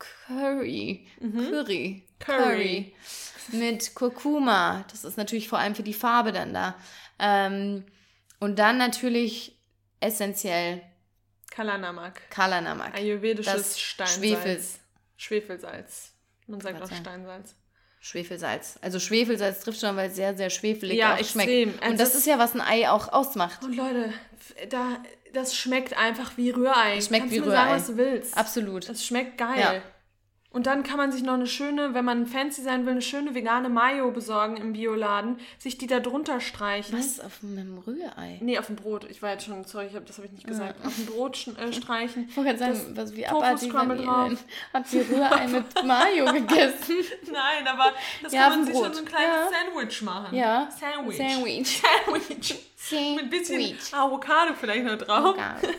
Speaker 2: Curry.
Speaker 1: Mhm.
Speaker 2: Curry.
Speaker 1: Curry.
Speaker 2: Mit Kurkuma. Das ist natürlich vor allem für die Farbe dann da. Ähm, und dann natürlich essentiell
Speaker 1: Kalanamak.
Speaker 2: Kalanamak.
Speaker 1: Ayurvedisches
Speaker 2: Das
Speaker 1: Steinsalz.
Speaker 2: Schwefels.
Speaker 1: Schwefelsalz. Man sagt auch
Speaker 2: Warte.
Speaker 1: Steinsalz.
Speaker 2: Schwefelsalz. Also Schwefelsalz trifft schon, weil es sehr, sehr schwefelig
Speaker 1: Ja,
Speaker 2: auch
Speaker 1: extrem.
Speaker 2: schmeckt.
Speaker 1: Also
Speaker 2: Und das
Speaker 1: das-
Speaker 2: ist ja, was ein Ei auch ausmacht.
Speaker 1: Und Leute, f- da, das schmeckt einfach wie Rührei.
Speaker 2: Es schmeckt
Speaker 1: Kannst
Speaker 2: wie
Speaker 1: du mir sagen,
Speaker 2: Rührei.
Speaker 1: was du willst.
Speaker 2: Absolut.
Speaker 1: Das schmeckt geil.
Speaker 2: Ja.
Speaker 1: Und dann kann man sich noch eine schöne, wenn man fancy sein will, eine schöne vegane Mayo besorgen im Bioladen, sich die da drunter streichen.
Speaker 2: Was? Auf einem Rührei?
Speaker 1: Nee, auf dem Brot. Ich war jetzt schon, sorry, ich hab, das habe ich nicht gesagt. Auf dem Brot sch- äh, streichen.
Speaker 2: Ich wollte gerade sagen, was, wie
Speaker 1: Tofu
Speaker 2: abartig
Speaker 1: Scramble
Speaker 2: seid ihr
Speaker 1: drauf.
Speaker 2: denn? Habt ihr Rührei mit Mayo gegessen?
Speaker 1: Nein, aber das
Speaker 2: Ja,
Speaker 1: kann
Speaker 2: auf
Speaker 1: man
Speaker 2: dem
Speaker 1: sich schon
Speaker 2: Brot.
Speaker 1: so ein kleines
Speaker 2: Ja.
Speaker 1: Sandwich machen.
Speaker 2: Ja.
Speaker 1: Sandwich.
Speaker 2: Sandwich.
Speaker 1: Sandwich. Mit ein bisschen
Speaker 2: Sandwich.
Speaker 1: Avocado vielleicht noch drauf.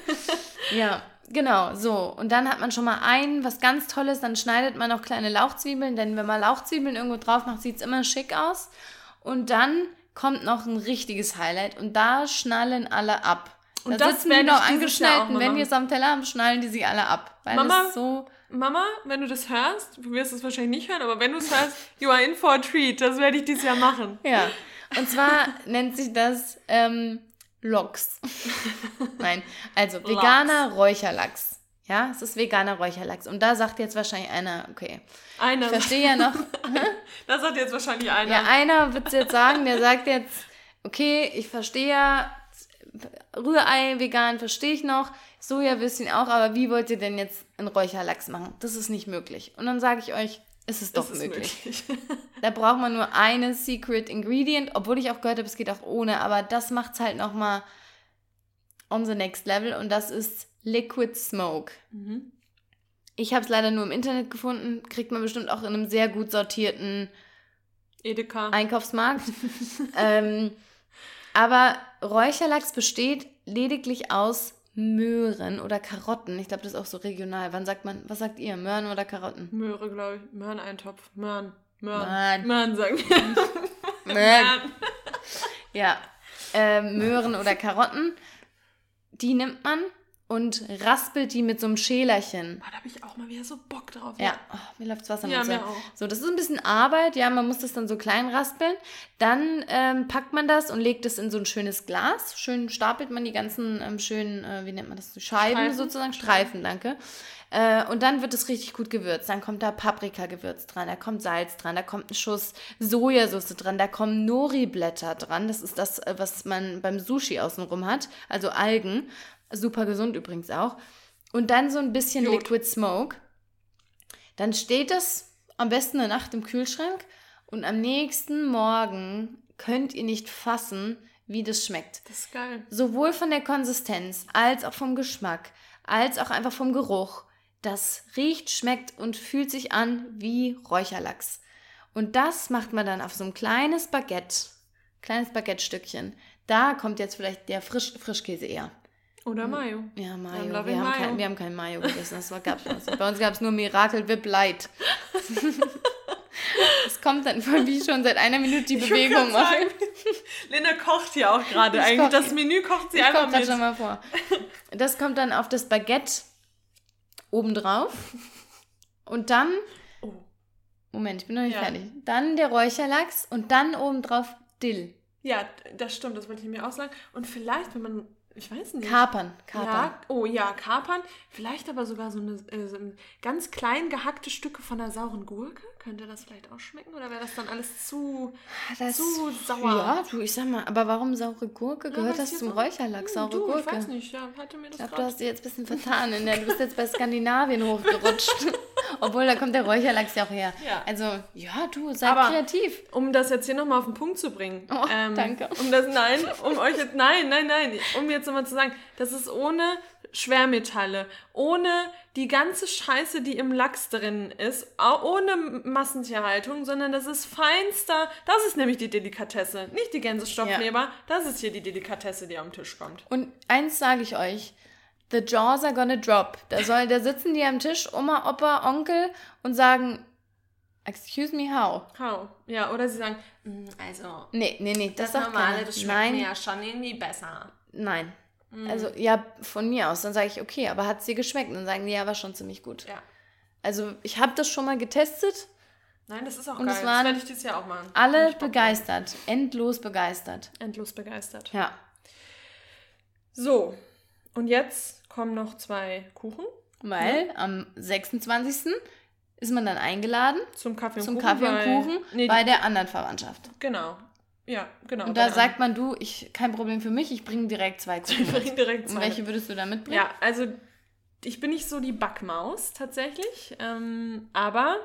Speaker 2: Ja, genau, so. Und dann hat man schon mal ein, was ganz Tolles, dann schneidet man noch kleine Lauchzwiebeln, denn wenn man Lauchzwiebeln irgendwo drauf macht, sieht es immer schick aus. Und dann kommt noch ein richtiges Highlight und da schnallen alle ab.
Speaker 1: Und
Speaker 2: da
Speaker 1: das
Speaker 2: sitzen
Speaker 1: werde
Speaker 2: die noch
Speaker 1: ich dieses Jahr auch
Speaker 2: angeschnallt und
Speaker 1: mal
Speaker 2: wenn
Speaker 1: machen.
Speaker 2: die es am Teller haben, schnallen die sich alle ab. Weil
Speaker 1: Mama?
Speaker 2: das so...
Speaker 1: Mama, wenn du das hörst, du wirst es wahrscheinlich nicht hören, aber wenn du es hörst, you are in for a treat. Das werde ich dieses Jahr machen.
Speaker 2: Ja, und zwar nennt sich das ähm, Lox. Nein, also veganer Räucherlachs. Ja, es ist veganer Räucherlachs. Und da sagt jetzt wahrscheinlich einer, okay,
Speaker 1: Einer.
Speaker 2: ich verstehe ja noch,
Speaker 1: Das sagt jetzt wahrscheinlich einer.
Speaker 2: ja, einer wird es jetzt sagen, der sagt jetzt, okay, ich verstehe ja, Rührei vegan verstehe ich noch, Sojawürstchen auch, aber wie wollt ihr denn jetzt einen Räucherlachs machen? Das ist nicht möglich. Und dann sage ich euch, es ist doch
Speaker 1: Das ist
Speaker 2: möglich.
Speaker 1: möglich.
Speaker 2: Da braucht man nur eine Secret Ingredient, obwohl ich auch gehört habe, es geht auch ohne, aber das macht es halt nochmal on the next level und das ist Liquid Smoke.
Speaker 1: Mhm.
Speaker 2: Ich habe es leider nur im Internet gefunden, kriegt man bestimmt auch in einem sehr gut sortierten
Speaker 1: Edeka.
Speaker 2: Einkaufsmarkt. ähm, aber Räucherlachs besteht lediglich aus Möhren oder Karotten. Ich glaube, das ist auch so regional. Wann sagt man, was sagt ihr, Möhren oder Karotten?
Speaker 1: Möhre, glaube ich. Möhreneintopf. Möhren. Möhren.
Speaker 2: Möhren.
Speaker 1: Möhren, sagen wir.
Speaker 2: Möhren. Ja, äh, Möhren oder Karotten, die nimmt man und raspelt die mit so einem Schälerchen.
Speaker 1: Boah, da habe ich auch mal wieder so Bock drauf.
Speaker 2: Ja, oh, mir läuft's Wasser
Speaker 1: Ja,
Speaker 2: im Mund.
Speaker 1: mir auch.
Speaker 2: So, das ist ein bisschen Arbeit, ja, man muss das dann so klein raspeln. Dann ähm, packt man das und legt es in so ein schönes Glas. Schön stapelt man die ganzen ähm, schönen, äh, wie nennt man das, Scheiben
Speaker 1: Streifen?
Speaker 2: sozusagen, Streifen, danke. Äh, und dann wird es richtig gut gewürzt. Dann kommt da Paprikagewürz dran, da kommt Salz dran, da kommt ein Schuss Sojasauce dran, da kommen Nori-Blätter dran. Das ist das, äh, was man beim Sushi außenrum hat, also Algen. Super gesund übrigens auch. Und dann so ein bisschen
Speaker 1: Jod.
Speaker 2: Liquid Smoke. Dann steht das am besten eine Nacht im Kühlschrank und am nächsten Morgen könnt ihr nicht fassen, wie das schmeckt.
Speaker 1: Das ist geil.
Speaker 2: Sowohl von der Konsistenz als auch vom Geschmack, als auch einfach vom Geruch. Das riecht, schmeckt und fühlt sich an wie Räucherlachs. Und das macht man dann auf so ein kleines Baguette, kleines Baguette-Stückchen. Da kommt jetzt vielleicht der Frisch, Frischkäse eher.
Speaker 1: Oder Mayo.
Speaker 2: Ja,
Speaker 1: I'm
Speaker 2: Mayo.
Speaker 1: loving
Speaker 2: Wir haben,
Speaker 1: Mayo.
Speaker 2: Kein, wir haben kein Mayo gegessen. Das war, gab's bei uns. Bei uns gab es nur Miracle Whip Light. Es kommt dann von wie schon seit einer Minute die
Speaker 1: Ich
Speaker 2: Bewegung
Speaker 1: wollte gerade
Speaker 2: machen.
Speaker 1: sagen, Linda kocht ja auch gerade
Speaker 2: Ich
Speaker 1: eigentlich.
Speaker 2: koch-
Speaker 1: Das Menü kocht sie
Speaker 2: Ich
Speaker 1: einfach
Speaker 2: komme gerade
Speaker 1: mit.
Speaker 2: schon mal vor. Das kommt dann auf das Baguette obendrauf. Und dann,
Speaker 1: Oh.
Speaker 2: Moment, ich bin noch nicht
Speaker 1: Ja.
Speaker 2: fertig. Dann der Räucherlachs und dann obendrauf Dill.
Speaker 1: Ja, das stimmt, das wollte ich mir auch sagen. Und vielleicht, wenn man, ich weiß nicht.
Speaker 2: Kapern. Kapern.
Speaker 1: Ja, oh ja, Kapern. Vielleicht aber sogar so eine äh, so ein ganz klein gehackte Stücke von einer sauren Gurke. Könnte das vielleicht auch schmecken? Oder wäre das dann alles zu,
Speaker 2: Das,
Speaker 1: zu sauer?
Speaker 2: Ja, du, ich sag mal, aber warum saure Gurke?
Speaker 1: Ja,
Speaker 2: Gehört
Speaker 1: weiß
Speaker 2: das
Speaker 1: ich
Speaker 2: zum
Speaker 1: jetzt auch-
Speaker 2: Räucherlachs,
Speaker 1: Hm,
Speaker 2: saure
Speaker 1: du,
Speaker 2: Gurke?
Speaker 1: Ich weiß nicht, ja, hatte mir das
Speaker 2: Ich glaube, du
Speaker 1: gerade.
Speaker 2: hast dich jetzt ein bisschen vertan. In der, du bist jetzt bei Skandinavien hochgerutscht. Obwohl, da kommt der Räucherlachs ja auch her.
Speaker 1: Ja.
Speaker 2: Also, ja, du, sei
Speaker 1: Aber-
Speaker 2: kreativ.
Speaker 1: Um das jetzt hier nochmal auf den Punkt zu bringen.
Speaker 2: Oh, danke.
Speaker 1: Um das, nein, um euch jetzt, nein, nein, nein, um jetzt nochmal zu sagen, das ist ohne Schwermetalle, ohne die ganze Scheiße, die im Lachs drin ist, au- ohne Massentierhaltung, sondern das ist feinster, das ist nämlich die Delikatesse, nicht die Gänsestoffleber, das ist hier die Delikatesse, die am Tisch kommt.
Speaker 2: Und eins sage ich euch. The jaws are gonna drop. Da, soll, da sitzen die am Tisch, Oma, Opa, Onkel und sagen, Excuse me, how?
Speaker 1: How? Ja, oder sie sagen, "Mm, also,
Speaker 2: Nee, nee, nee, das,
Speaker 1: das
Speaker 2: sagt
Speaker 1: Normale,
Speaker 2: keiner.
Speaker 1: das schmeckt
Speaker 2: Nein,
Speaker 1: mir ja schon irgendwie besser.
Speaker 2: nein. Also, ja, von mir aus. Dann sage ich, okay, aber hat es dir geschmeckt? Und dann sagen die, ja, war schon ziemlich gut.
Speaker 1: Ja.
Speaker 2: Also, ich habe das schon mal getestet.
Speaker 1: Nein, das ist auch
Speaker 2: Und
Speaker 1: geil.
Speaker 2: es
Speaker 1: Das
Speaker 2: waren
Speaker 1: werde ich dieses Jahr auch machen. Hab
Speaker 2: alle
Speaker 1: ich Bock
Speaker 2: begeistert. Endlos begeistert.
Speaker 1: drauf. Endlos begeistert.
Speaker 2: Ja.
Speaker 1: So, und jetzt kommen noch zwei Kuchen
Speaker 2: Weil am sechsundzwanzigsten ist man dann eingeladen
Speaker 1: zum Kaffee und
Speaker 2: zum
Speaker 1: Kuchen.
Speaker 2: Kaffee und
Speaker 1: weil-
Speaker 2: Kuchen
Speaker 1: Nee,
Speaker 2: bei der anderen Verwandtschaft.
Speaker 1: genau. Ja, genau.
Speaker 2: Und
Speaker 1: bei
Speaker 2: da
Speaker 1: der
Speaker 2: sagt man, du, ich kein Problem für mich, ich bringe direkt zwei Kuchen
Speaker 1: Ich bring
Speaker 2: mit.
Speaker 1: direkt
Speaker 2: Und
Speaker 1: zwei.
Speaker 2: welche würdest du da mitbringen?
Speaker 1: Ja, also ich bin nicht so die Backmaus tatsächlich, ähm, aber,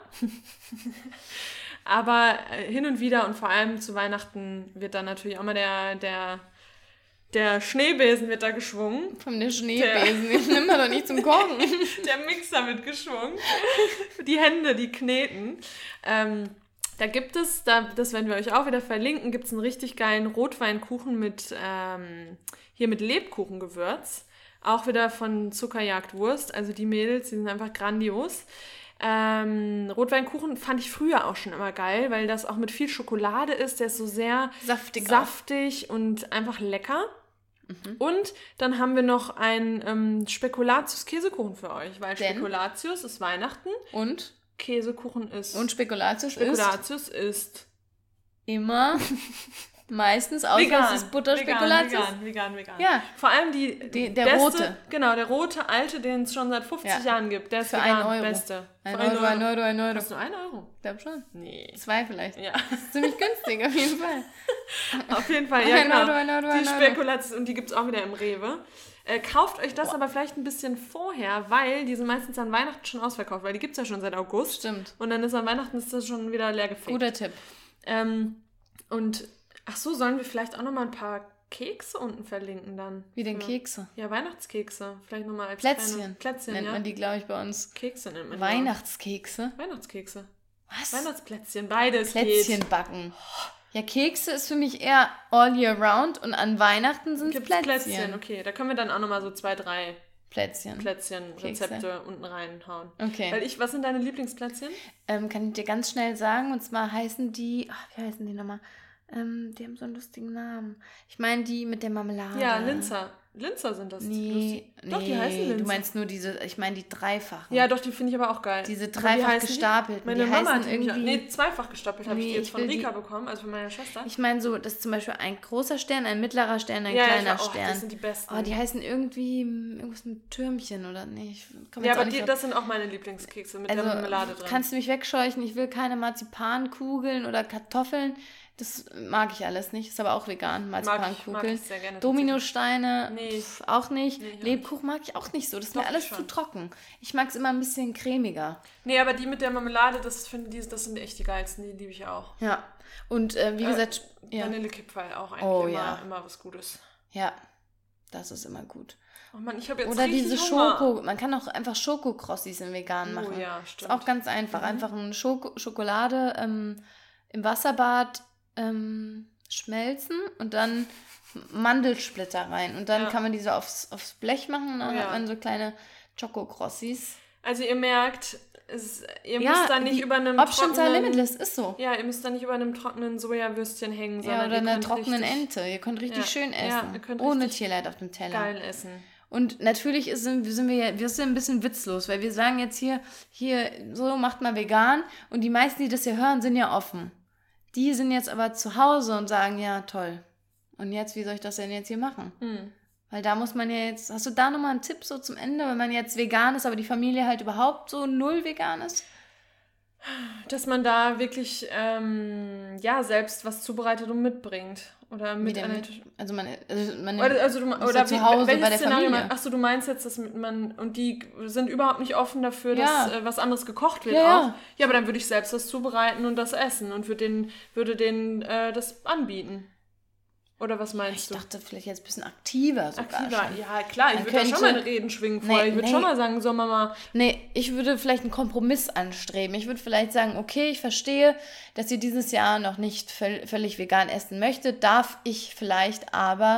Speaker 1: aber äh, hin und wieder und vor allem zu Weihnachten wird dann natürlich auch mal der, der, der Schneebesen wird da geschwungen.
Speaker 2: Von der Schneebesen, den nimmt man doch nicht zum Kochen.
Speaker 1: Der Mixer wird geschwungen. Die Hände, die kneten. Ähm, da gibt es, da, das werden wir euch auch wieder verlinken, gibt es einen richtig geilen Rotweinkuchen mit, ähm, hier mit Lebkuchengewürz. Auch wieder von Zuckerjagd Wurst. Also die Mädels, die sind einfach grandios. Ähm, Rotweinkuchen fand ich früher auch schon immer geil, weil das auch mit viel Schokolade ist. Der ist so sehr
Speaker 2: Saftig.
Speaker 1: saftig und einfach lecker. Mhm. Und dann haben wir noch einen ähm, Spekulatius-Käsekuchen für euch, weil
Speaker 2: Denn?
Speaker 1: Spekulatius ist Weihnachten,
Speaker 2: Und?
Speaker 1: Käsekuchen ist...
Speaker 2: Und Spekulatius,
Speaker 1: Spekulatius ist...
Speaker 2: ist immer meistens, außer
Speaker 1: vegan,
Speaker 2: es ist Butterspekulatius.
Speaker 1: Vegan, vegan, vegan.
Speaker 2: Ja.
Speaker 1: Vor allem die,
Speaker 2: Die- der
Speaker 1: beste,
Speaker 2: rote.
Speaker 1: Genau, der rote alte, den es schon seit fünfzig
Speaker 2: Ja.
Speaker 1: Jahren gibt. Der ist
Speaker 2: Für
Speaker 1: vegan,
Speaker 2: einen Euro.
Speaker 1: beste.
Speaker 2: Ein
Speaker 1: Für
Speaker 2: Euro, ein Euro, ein Euro.
Speaker 1: Kostet nur ein Euro?
Speaker 2: Ich glaube schon.
Speaker 1: Nee.
Speaker 2: Zwei vielleicht.
Speaker 1: Ja,
Speaker 2: Das ist ziemlich günstig, auf jeden Fall.
Speaker 1: auf jeden Fall. Ja,
Speaker 2: Ein
Speaker 1: genau.
Speaker 2: Euro, ein Euro, ein
Speaker 1: Die
Speaker 2: Euro.
Speaker 1: Spekulatius, und die gibt es auch wieder im Rewe. Äh, kauft euch das aber vielleicht ein bisschen vorher, weil die sind meistens an Weihnachten schon ausverkauft, weil die gibt es ja schon seit August.
Speaker 2: Stimmt.
Speaker 1: Und dann ist an Weihnachten ist das schon wieder leer gefegt.
Speaker 2: Guter Tipp.
Speaker 1: Ähm, und, ach so, sollen wir vielleicht auch nochmal ein paar Kekse unten verlinken dann?
Speaker 2: Wie denn
Speaker 1: Ja.
Speaker 2: Kekse?
Speaker 1: Ja, Weihnachtskekse. Vielleicht nochmal als
Speaker 2: Plätzchen.
Speaker 1: kleine Plätzchen,
Speaker 2: Nennt
Speaker 1: ja.
Speaker 2: man die, glaube ich, bei uns.
Speaker 1: Kekse nennt man die auch.
Speaker 2: Weihnachtskekse.
Speaker 1: Weihnachtskekse.
Speaker 2: Was?
Speaker 1: Weihnachtsplätzchen, beides
Speaker 2: Plätzchen
Speaker 1: geht.
Speaker 2: backen. Ja, Kekse ist für mich eher all year round und an Weihnachten sind es
Speaker 1: Gibt's
Speaker 2: Plätzchen.
Speaker 1: Plätzchen, okay. Da können wir dann auch nochmal so zwei, drei
Speaker 2: Plätzchen.
Speaker 1: Plätzchen-Rezepte unten reinhauen.
Speaker 2: Okay.
Speaker 1: Weil ich, was sind deine Lieblingsplätzchen?
Speaker 2: Ähm, kann ich dir ganz schnell sagen, und zwar heißen die, ach, wie heißen die nochmal? Ähm, die haben so einen lustigen Namen. Ich meine die mit der Marmelade.
Speaker 1: Ja, Linzer. Linzer sind das.
Speaker 2: Nee,
Speaker 1: lustig.
Speaker 2: nee,
Speaker 1: Doch, die heißen Linzer.
Speaker 2: du meinst nur diese, ich meine die dreifachen.
Speaker 1: Ja, doch, die finde ich aber auch geil.
Speaker 2: Diese
Speaker 1: Aber wie
Speaker 2: dreifach
Speaker 1: heißen die?
Speaker 2: gestapelten,
Speaker 1: Meine
Speaker 2: die
Speaker 1: Mama
Speaker 2: heißen
Speaker 1: hat die nämlich auch-
Speaker 2: irgendwie-
Speaker 1: Nee, zweifach gestapelt habe ich
Speaker 2: Nee,
Speaker 1: die jetzt
Speaker 2: ich
Speaker 1: von
Speaker 2: will
Speaker 1: Rika
Speaker 2: die-
Speaker 1: bekommen, also von meiner Schwester.
Speaker 2: Ich meine so, das ist zum Beispiel ein großer Stern, ein mittlerer Stern, ein
Speaker 1: ja,
Speaker 2: kleiner
Speaker 1: ich, oh,
Speaker 2: Stern.
Speaker 1: das sind die besten.
Speaker 2: Oh, die heißen irgendwie mm, irgendwas mit Türmchen oder nicht. Ich komm
Speaker 1: ja,
Speaker 2: jetzt auch
Speaker 1: aber
Speaker 2: nicht
Speaker 1: die,
Speaker 2: drauf.
Speaker 1: das sind auch meine Lieblingskekse mit
Speaker 2: Also,
Speaker 1: der Marmelade drin.
Speaker 2: kannst du mich wegscheuchen? Ich will keine Marzipankugeln oder Kartoffeln. Das mag ich alles nicht. Ist aber auch vegan,
Speaker 1: mag ich,
Speaker 2: Marzipankugeln.
Speaker 1: mag ich sehr gerne.
Speaker 2: Dominosteine,
Speaker 1: Nee.
Speaker 2: pf, auch nicht.
Speaker 1: Nee, ich auch
Speaker 2: Lebkuchen mag ich auch nicht so. Das ist mir
Speaker 1: Doch,
Speaker 2: alles
Speaker 1: schon.
Speaker 2: zu trocken. Ich mag es immer ein bisschen cremiger.
Speaker 1: Nee, aber die mit der Marmelade, das, find, die, das sind echt die geilsten, die liebe ich auch.
Speaker 2: Ja. Und äh, wie
Speaker 1: Äh,
Speaker 2: gesagt, ja.
Speaker 1: Vanillekipferl auch eigentlich
Speaker 2: Oh,
Speaker 1: immer,
Speaker 2: ja.
Speaker 1: immer was Gutes.
Speaker 2: ja, das ist immer gut.
Speaker 1: Oh Mann, ich habe jetzt
Speaker 2: Oder
Speaker 1: richtig
Speaker 2: diese
Speaker 1: Hunger.
Speaker 2: Schoko, man kann auch einfach Schokokrossis in vegan machen.
Speaker 1: Oh ja,
Speaker 2: Ist
Speaker 1: stimmt.
Speaker 2: auch ganz einfach.
Speaker 1: Mhm.
Speaker 2: Einfach eine Schoko Schokolade ähm, im Wasserbad ähm, schmelzen und dann Mandelsplitter rein. Und dann
Speaker 1: Ja.
Speaker 2: kann man die so aufs, aufs Blech machen und dann
Speaker 1: Oh ja.
Speaker 2: hat man so kleine Choco-Crossis.
Speaker 1: Also ihr merkt, es, ihr
Speaker 2: Ja,
Speaker 1: müsst da nicht
Speaker 2: die
Speaker 1: über einem
Speaker 2: Options are
Speaker 1: trockenen...
Speaker 2: limitless, ist so.
Speaker 1: Ja, ihr müsst da nicht über einem trockenen Sojawürstchen hängen, sondern
Speaker 2: Ja, oder
Speaker 1: ihr
Speaker 2: einer
Speaker 1: könnt
Speaker 2: trockenen
Speaker 1: richtig
Speaker 2: Ente. Ihr könnt richtig
Speaker 1: Ja.
Speaker 2: schön
Speaker 1: Ja,
Speaker 2: essen.
Speaker 1: ihr könnt
Speaker 2: ohne
Speaker 1: richtig
Speaker 2: Tierleid auf dem Teller.
Speaker 1: geil essen.
Speaker 2: Und natürlich ist, sind, sind wir ja, wir sind ein bisschen witzlos, weil wir sagen jetzt hier, hier, so macht man vegan. Und die meisten, die das hier hören, sind ja offen. Die sind jetzt aber zu Hause und sagen, ja, toll. Und jetzt, wie soll ich das denn jetzt hier machen?
Speaker 1: Hm.
Speaker 2: Weil da muss man ja jetzt, hast du da nochmal einen Tipp so zum Ende, wenn man jetzt vegan ist, aber die Familie halt überhaupt so null vegan ist?
Speaker 1: Dass man da wirklich, ähm, ja, selbst was zubereitet und mitbringt. Oder
Speaker 2: Wie
Speaker 1: mit
Speaker 2: denn
Speaker 1: einer...
Speaker 2: mit? Also man, also man
Speaker 1: Oder, also du,
Speaker 2: ist
Speaker 1: oder
Speaker 2: ja zu
Speaker 1: wie,
Speaker 2: Hause
Speaker 1: welches
Speaker 2: bei der
Speaker 1: Szenario
Speaker 2: Familie.
Speaker 1: Achso, du meinst jetzt, dass man... Und die sind überhaupt nicht offen dafür,
Speaker 2: Ja.
Speaker 1: dass äh, was anderes gekocht wird
Speaker 2: Ja,
Speaker 1: auch.
Speaker 2: ja.
Speaker 1: Ja, aber dann würde ich selbst das zubereiten und das essen und würde denen, würde denen äh, das anbieten. Oder was meinst
Speaker 2: ich
Speaker 1: du?
Speaker 2: dachte vielleicht jetzt ein bisschen aktiver sogar
Speaker 1: Aktiver,
Speaker 2: schon.
Speaker 1: ja klar, ich
Speaker 2: Man
Speaker 1: würde da schon
Speaker 2: könnte-
Speaker 1: meine Reden schwingen vorher.
Speaker 2: Nee,
Speaker 1: ich würde
Speaker 2: nee.
Speaker 1: schon mal sagen, so Mama,
Speaker 2: Nee, ich würde vielleicht einen Kompromiss anstreben. Ich würde vielleicht sagen, okay, ich verstehe, dass ihr dieses Jahr noch nicht völ- völlig vegan essen möchtet. Darf ich vielleicht aber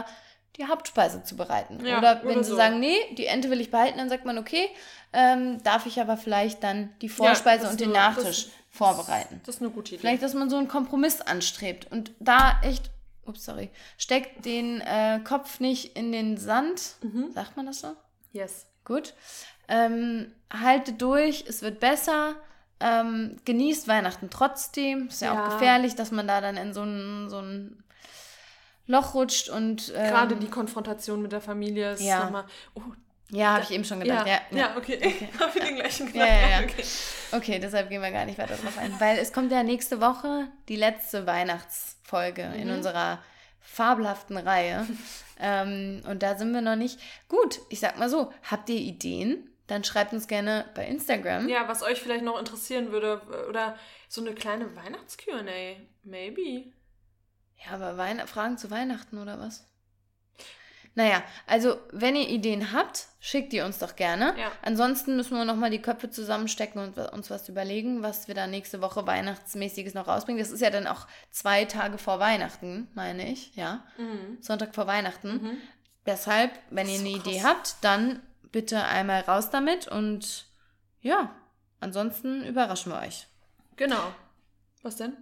Speaker 2: die Hauptspeise zu bereiten.
Speaker 1: Ja,
Speaker 2: oder wenn
Speaker 1: oder
Speaker 2: sie
Speaker 1: so.
Speaker 2: sagen, nee, die Ente will ich behalten, dann sagt man, okay, ähm, darf ich aber vielleicht dann die Vorspeise
Speaker 1: Ja, das
Speaker 2: und
Speaker 1: ist
Speaker 2: den
Speaker 1: eine-
Speaker 2: Nachtisch
Speaker 1: das-
Speaker 2: vorbereiten.
Speaker 1: Das ist eine gute Idee.
Speaker 2: Vielleicht, dass man so einen Kompromiss anstrebt und da echt, ups, sorry, steckt den äh, Kopf nicht in den Sand.
Speaker 1: Mhm.
Speaker 2: Sagt man das so?
Speaker 1: Yes.
Speaker 2: Gut. Ähm, haltet durch, es wird besser. Ähm, genießt Weihnachten trotzdem. Ist ja,
Speaker 1: Ja.
Speaker 2: auch gefährlich, dass man da dann in so ein, so ein Loch rutscht und ähm,
Speaker 1: Gerade die Konfrontation mit der Familie ist
Speaker 2: ja.
Speaker 1: nochmal... Oh,
Speaker 2: ja, habe ich eben schon gedacht.
Speaker 1: ja,
Speaker 2: Ja,
Speaker 1: ja, okay. okay. Habe ich den gleichen
Speaker 2: Ja,
Speaker 1: gedacht.
Speaker 2: ja, ja.
Speaker 1: Okay.
Speaker 2: Okay, deshalb gehen wir gar nicht weiter drauf ein. Weil es kommt ja nächste Woche die letzte Weihnachtsfolge
Speaker 1: Mhm.
Speaker 2: in unserer fabelhaften Reihe. ähm, und da sind wir noch nicht. Gut, ich sag mal so, habt ihr Ideen? Dann schreibt uns gerne bei Instagram.
Speaker 1: Ja, was euch vielleicht noch interessieren würde, oder so eine kleine Weihnachts-Q und A, maybe.
Speaker 2: Ja, aber Weihn- Fragen zu Weihnachten oder was? Naja, also wenn ihr Ideen habt, schickt die uns doch gerne.
Speaker 1: Ja.
Speaker 2: Ansonsten müssen wir nochmal die Köpfe zusammenstecken und uns was überlegen, was wir da nächste Woche Weihnachtsmäßiges noch rausbringen. Das ist ja dann auch zwei Tage vor Weihnachten, meine ich, ja.
Speaker 1: Mhm.
Speaker 2: Sonntag vor Weihnachten.
Speaker 1: Mhm.
Speaker 2: Deshalb, wenn
Speaker 1: Das
Speaker 2: ihr
Speaker 1: ist
Speaker 2: eine
Speaker 1: so
Speaker 2: Idee
Speaker 1: krass.
Speaker 2: habt, dann bitte einmal raus damit und ja, ansonsten überraschen wir euch.
Speaker 1: Genau. Was denn?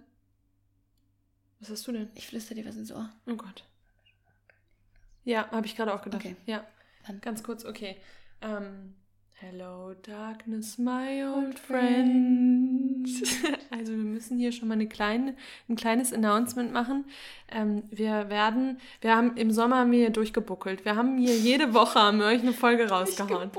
Speaker 1: Was hast du denn?
Speaker 2: Ich flüstere dir was ins Ohr.
Speaker 1: Oh Gott. Ja, habe ich gerade auch gedacht.
Speaker 2: Okay.
Speaker 1: Ja,
Speaker 2: Dann.
Speaker 1: ganz kurz, okay. Ähm, Hello Darkness, my old friend. Also wir müssen hier schon mal eine kleine, ein kleines Announcement machen. Ähm, wir werden, wir haben im Sommer haben wir hier durchgebuckelt. Wir haben hier jede Woche haben wir euch eine Folge rausgehauen.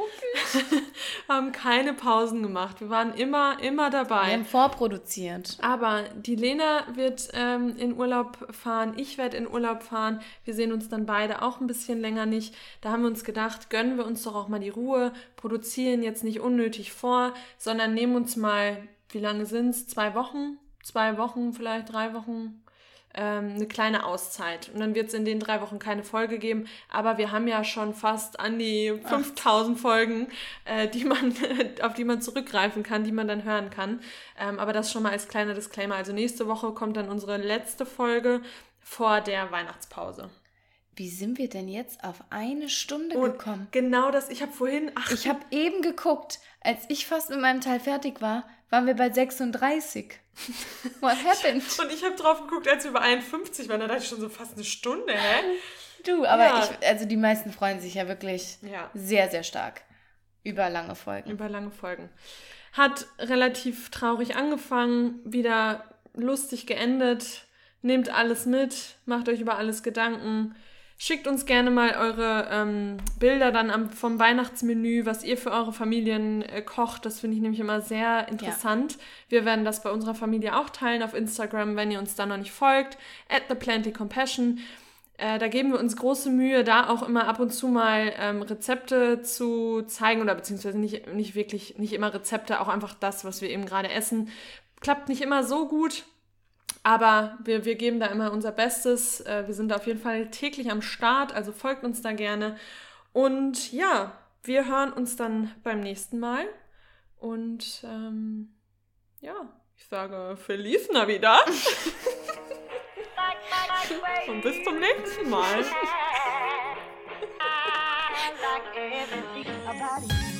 Speaker 1: Haben keine Pausen gemacht. Wir waren immer, immer dabei.
Speaker 2: Wir haben vorproduziert.
Speaker 1: Aber die Lena wird ähm, in Urlaub fahren, ich werde in Urlaub fahren. Wir sehen uns dann beide auch ein bisschen länger nicht. Da haben wir uns gedacht, gönnen wir uns doch auch mal die Ruhe, produzieren jetzt nicht unnötig vor, sondern nehmen uns mal, wie lange sind es? Zwei Wochen? Zwei Wochen, vielleicht drei Wochen? Ähm, eine kleine Auszeit. Und dann wird es in den drei Wochen keine Folge geben. Aber wir haben ja schon fast an die fünftausend Folgen, äh, die man, auf die man zurückgreifen kann, die man dann hören kann. Ähm, aber das schon mal als kleiner Disclaimer. Also nächste Woche kommt dann unsere letzte Folge vor der Weihnachtspause.
Speaker 2: Wie sind wir denn jetzt auf eine Stunde
Speaker 1: Und
Speaker 2: gekommen?
Speaker 1: genau das, ich habe vorhin... Ach,
Speaker 2: Ich habe eben geguckt, als ich fast mit meinem Teil fertig war, waren wir bei sechsunddreißig. What happened?
Speaker 1: und ich habe drauf geguckt, als wir bei einundfünfzig waren, da dachte ich schon so fast eine Stunde, hä?
Speaker 2: Du, aber
Speaker 1: Ja.
Speaker 2: ich, also die meisten freuen sich ja wirklich
Speaker 1: Ja.
Speaker 2: sehr, sehr stark über lange Folgen.
Speaker 1: Über lange Folgen. Hat relativ traurig angefangen, wieder lustig geendet. Nehmt alles mit, macht euch über alles Gedanken. Schickt uns gerne mal eure ähm, Bilder dann am, vom Weihnachtsmenü, was ihr für eure Familien äh, kocht. Das finde ich nämlich immer sehr interessant. Wir werden das bei unserer Familie auch teilen auf Instagram, wenn ihr uns da noch nicht folgt. at the plenty compassion. Äh, da geben wir uns große Mühe, da auch immer ab und zu mal ähm, Rezepte zu zeigen oder beziehungsweise nicht, nicht wirklich, nicht immer Rezepte, auch einfach das, was wir eben gerade essen. Klappt nicht immer so gut. Aber wir, wir geben da immer unser Bestes. Wir sind da auf jeden Fall täglich am Start, also folgt uns da gerne. Und ja, wir hören uns dann beim nächsten Mal. Und ähm, ja, ich sage Feliz Navidad. Und bis zum nächsten Mal.
Speaker 3: like everything about you.